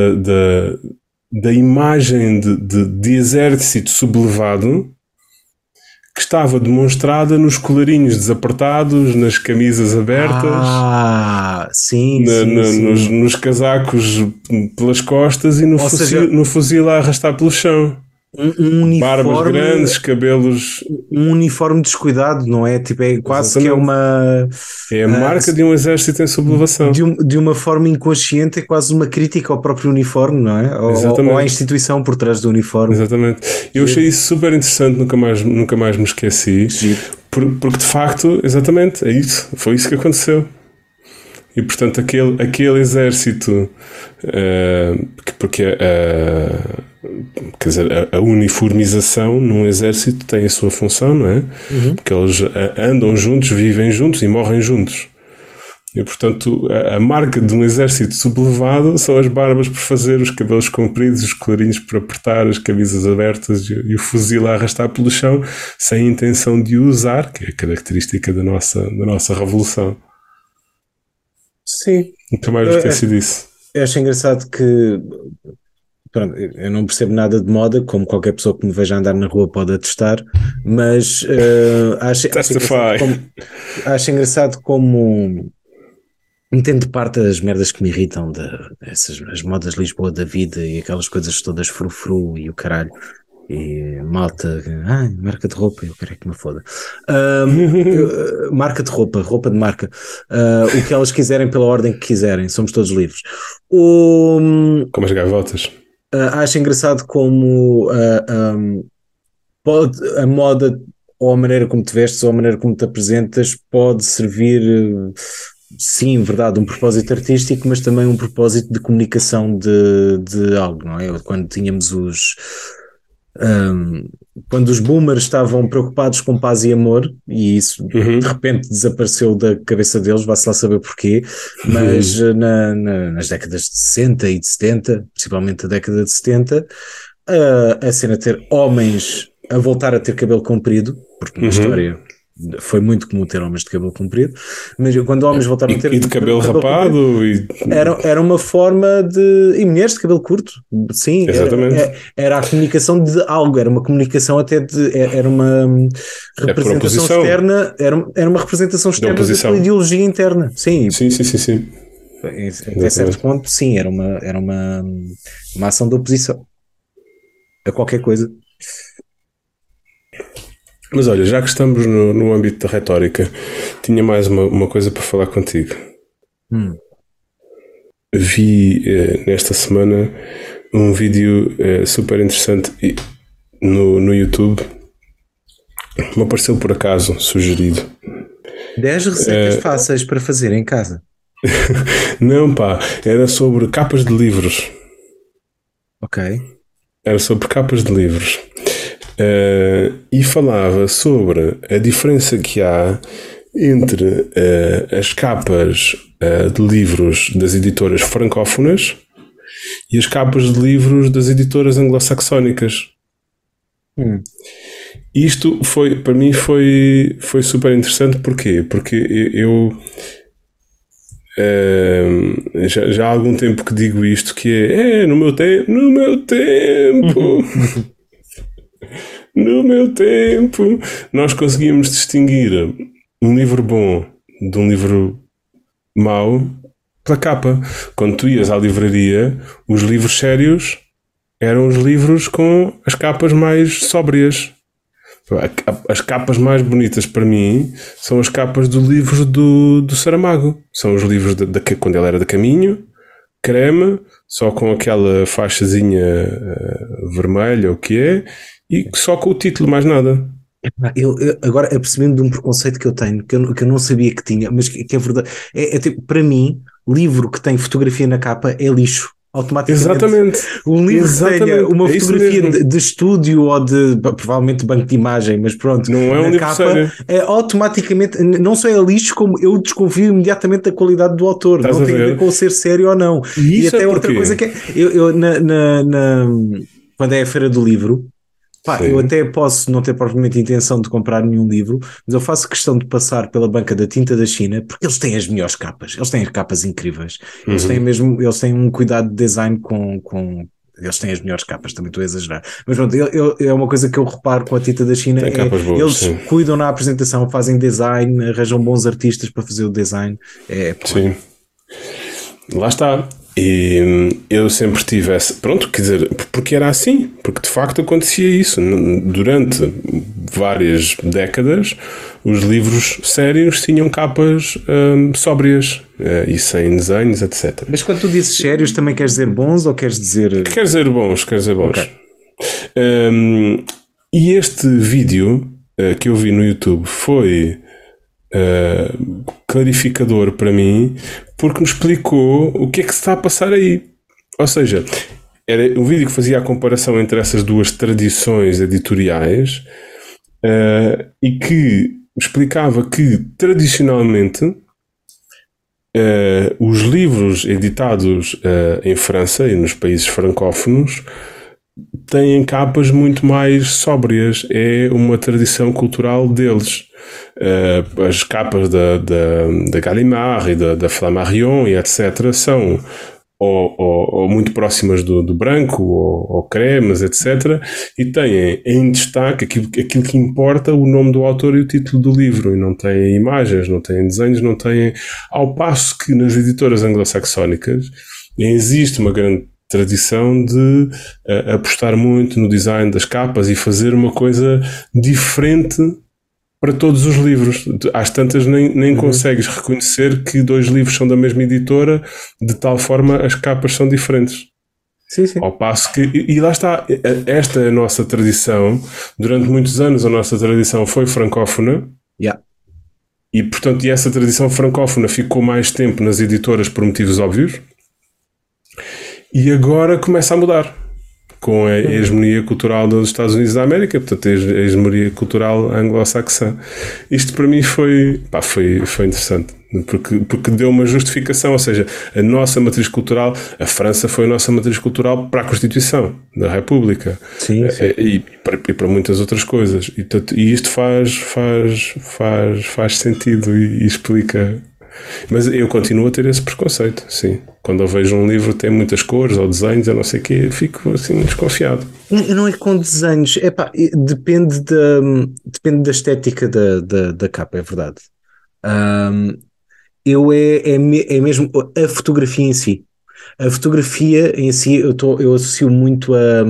da imagem de exército sublevado que estava demonstrada nos colarinhos desapertados, nas camisas abertas, sim. Nos casacos pelas costas e no fuzil a arrastar pelo chão. Um uniforme, barbas grandes, cabelos... Um uniforme descuidado, não é? Tipo, é quase Exatamente. Que é uma... É a marca de um exército em sublevação. De uma forma inconsciente, é quase uma crítica ao próprio uniforme, não é? Ou à instituição por trás do uniforme. Exatamente. Eu achei isso super interessante, nunca mais me esqueci. Porque de facto, exatamente, é isso. Foi isso que aconteceu. E portanto aquele exército, porque quer dizer, a uniformização num exército tem a sua função, não é? Porque eles andam juntos, vivem juntos e morrem juntos. E portanto a marca de um exército sublevado são as barbas por fazer, os cabelos compridos, os colarinhos por apertar, as camisas abertas e o fuzil a arrastar pelo chão sem intenção de o usar, que é a característica da nossa revolução. Sim. Nunca mais me esqueci disso. Eu acho engraçado que, pronto, eu não percebo nada de moda, como qualquer pessoa que me veja andar na rua pode atestar, mas acho engraçado como entendo parte das merdas que me irritam, as modas de Lisboa da vida e aquelas coisas todas frufru e o caralho. E malta, marca de roupa, eu quero é que me foda. Marca de roupa de marca, o que elas quiserem pela ordem que quiserem, somos todos livres. Como as gaivotas. Acho engraçado como a moda, ou a maneira como te vestes, ou a maneira como te apresentas, pode servir, sim, verdade, um propósito artístico, mas também um propósito de comunicação de algo, não é? Quando tínhamos quando os boomers estavam preocupados com paz e amor, e isso de repente desapareceu da cabeça deles, vá-se lá saber porquê, mas nas décadas de 60 e de 70, principalmente a década de 70, a cena de ter homens a voltar a ter cabelo comprido, porque na história foi muito comum ter homens de cabelo comprido, mas quando homens voltaram a ter e de cabelo rapado comprido, era uma forma de... e mulheres de cabelo curto, sim, era a comunicação de algo, era uma comunicação até de... era uma representação externa, era uma representação externa da sua ideologia interna, sim. Até certo ponto, sim, era uma ação de oposição a qualquer coisa. Mas olha, já que estamos no âmbito da retórica, tinha mais uma coisa para falar contigo. Vi nesta semana um vídeo super interessante no YouTube. Me apareceu por acaso sugerido. 10 receitas fáceis para fazer em casa. Não, pá, era sobre capas de livros. Ok. Era sobre capas de livros. E falava sobre a diferença que há entre as capas de livros das editoras francófonas e as capas de livros das editoras anglo-saxónicas. Isto para mim foi super interessante. Porquê? Porque eu já há algum tempo que digo isto, que no meu tempo no meu tempo nós conseguíamos distinguir um livro bom de um livro mau pela capa. Quando tu ias à livraria, os livros sérios eram os livros com as capas mais sóbrias. As capas mais bonitas para mim são as capas dos livros do Saramago. São os livros quando ele era de Caminho, creme, só com aquela faixazinha vermelha, o que é, e só com o título, mais nada. Eu agora apercebendo de um preconceito que eu tenho, que eu não sabia que tinha, mas que é verdade. Tipo, para mim, livro que tem fotografia na capa é lixo. Automaticamente. Exatamente. Um livro que tenha uma fotografia de estúdio ou provavelmente banco de imagem, mas pronto, não é um livro capa, sério. é automaticamente, não só é lixo, como eu desconfio imediatamente da qualidade do autor. Não tem a ver com ser sério ou não. E até outra coisa que é, quando é a feira do livro, eu até posso não ter propriamente intenção de comprar nenhum livro, mas eu faço questão de passar pela banca da tinta da China, porque eles têm as melhores capas, eles têm capas incríveis, eles têm um cuidado de design com eles têm as melhores capas, também estou a exagerar, mas pronto, é uma coisa que eu reparo com a tinta da China, boas, eles cuidam na apresentação, fazem design, arranjam bons artistas para fazer o design. Sim, lá está. E eu sempre tive essa... Pronto, quer dizer, porque era assim. Porque de facto acontecia isso. Durante várias décadas, os livros sérios tinham capas sóbrias e sem desenhos, etc. Mas quando tu dizes sérios, também queres dizer bons ou queres dizer... Quer dizer bons. Okay. E este vídeo que eu vi no YouTube foi... clarificador para mim, porque me explicou o que é que se está a passar aí. Ou seja, era um vídeo que fazia a comparação entre essas duas tradições editoriais e que explicava que tradicionalmente os livros editados em França e nos países francófonos têm capas muito mais sóbrias. É uma tradição cultural deles. As capas da Gallimard e da Flammarion e etc. são ou muito próximas do branco ou cremes, etc. E têm em destaque aquilo que importa, o nome do autor e o título do livro, e não têm imagens, não têm desenhos, não têm... Ao passo que nas editoras anglo-saxónicas existe uma grande tradição de apostar muito no design das capas e fazer uma coisa diferente para todos os livros. Às tantas nem consegues reconhecer que dois livros são da mesma editora, de tal forma as capas são diferentes. Sim. Ao passo que, e lá está, esta é a nossa tradição. Durante muitos anos a nossa tradição foi francófona. E portanto essa tradição francófona ficou mais tempo nas editoras por motivos óbvios. E agora começa a mudar. com a hegemonia cultural dos Estados Unidos da América, portanto a hegemonia cultural anglo-saxã. Isto para mim foi interessante, porque deu uma justificação, ou seja, a nossa matriz cultural, a França foi a nossa matriz cultural para a Constituição da República. Sim. E para muitas outras coisas. E isto faz sentido e explica. Mas eu continuo a ter esse preconceito, sim. Quando eu vejo um livro que tem muitas cores ou desenhos, eu não sei o quê, fico assim desconfiado. Não é com desenhos, depende da estética da capa, é verdade. É mesmo a fotografia em si. A fotografia em si eu associo muito a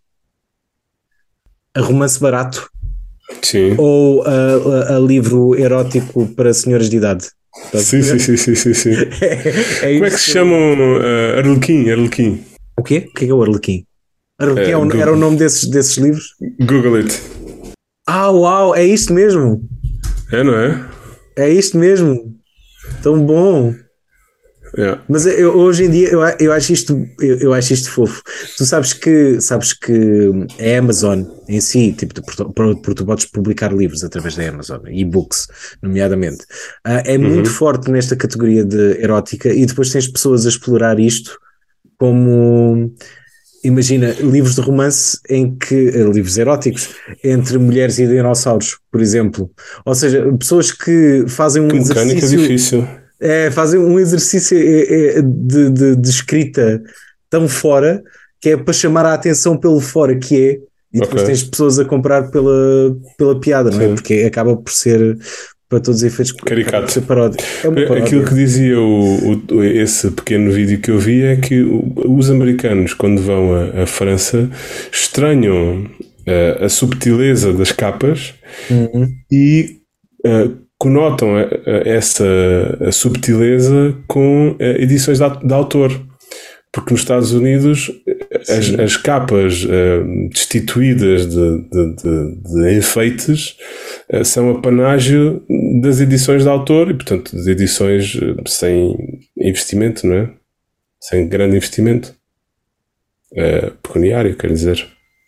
romance barato. Sim. Ou a livro erótico para senhoras de idade. Sim. Como é que se chamam? Arlequim. O quê? O que é o Arlequim? Arlequim era o nome desses livros? Google it. Uau, é isto mesmo? É, não é? É isto mesmo. Tão bom. Yeah. Mas hoje em dia eu acho isto fofo. Tu sabes que a Amazon em si, tipo, tu podes publicar livros através da Amazon, e-books, nomeadamente, é muito forte nesta categoria de erótica, e depois tens pessoas a explorar isto como, imagina, livros de romance livros eróticos entre mulheres e dinossauros, por exemplo. Ou seja, pessoas que fazem um exercício difícil. Fazem um exercício de escrita tão fora, que é para chamar a atenção pelo fora que é, e depois tens pessoas a comprar pela piada, não é? Porque acaba por ser, para todos os efeitos, caricato. Ser paródia. É uma paródia. Aquilo que dizia esse pequeno vídeo que eu vi é que os americanos, quando vão à França, estranham a subtileza das capas e conotam essa subtileza com edições de autor, porque nos Estados Unidos as capas destituídas de enfeites são apanágio das edições de autor e, portanto, das edições sem investimento, não é? Sem grande investimento pecuniário, quer dizer.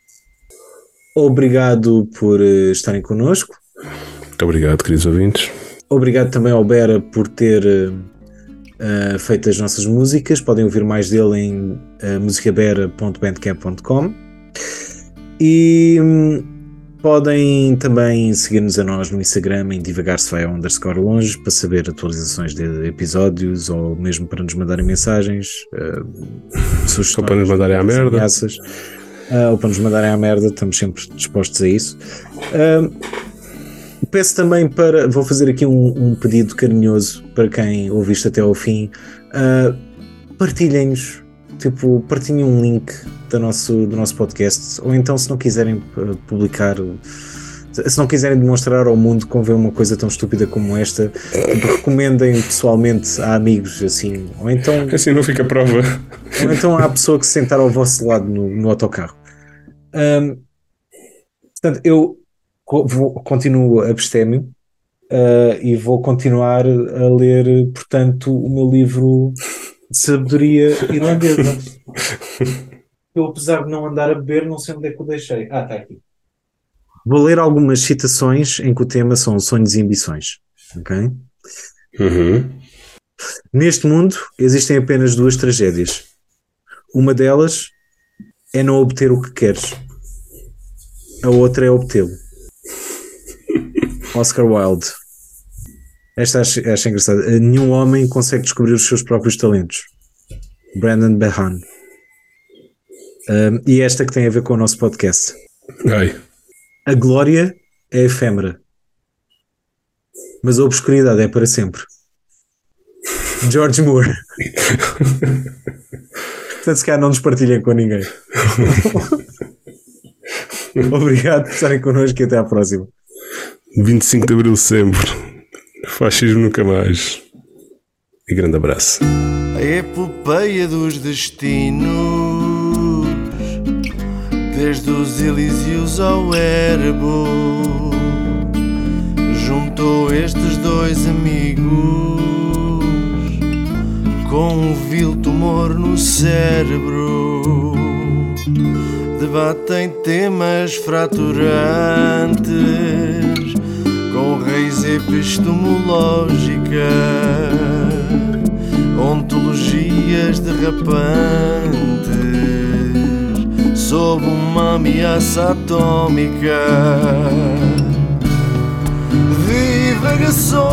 Obrigado por estarem connosco. Muito obrigado, queridos ouvintes. Obrigado também ao Bera por ter feito as nossas músicas. Podem ouvir mais dele em musicabera.bandcamp.com e podem também seguir-nos a nós no Instagram em divagar-se-vai_longe para saber atualizações de episódios, ou mesmo para nos mandarem mensagens, sugestões, ou para nos mandarem à merda. Ameaças, ou para nos mandarem à merda. Estamos sempre dispostos a isso. Peço também vou fazer aqui um pedido carinhoso para quem ouve isto até ao fim. Partilhem-nos, partilhem um link do nosso podcast, ou então, se não quiserem publicar, se não quiserem demonstrar ao mundo como vê uma coisa tão estúpida como esta, recomendem pessoalmente a amigos, assim, ou então assim não fica prova, ou então à pessoa que se sentar ao vosso lado no autocarro. Portanto, eu continuo abstémio e vou continuar a ler, portanto, o meu livro de sabedoria irlandesa. Eu, apesar de não andar a beber, não sei onde é que o deixei. Está aqui. Vou ler algumas citações em que o tema são sonhos e ambições. Ok? Neste mundo existem apenas duas tragédias. Uma delas é não obter o que queres. A outra é obtê-lo. Oscar Wilde. Esta acho engraçada. Nenhum homem consegue descobrir os seus próprios talentos. Brandon Behan. E esta que tem a ver com o nosso podcast. A glória é efêmera, mas a obscuridade é para sempre. George Moore. Portanto, se calhar não nos partilhem com ninguém. Obrigado por estarem connosco e até à próxima. 25 de Abril sempre. Fascismo nunca mais. E grande abraço. A epopeia dos destinos, desde os Elíseos ao Erebo, juntou estes dois amigos com um vil tumor no cérebro. debatem temas fraturantes com raiz epistemológica, ontologias derrapantes sob uma ameaça atómica, divagações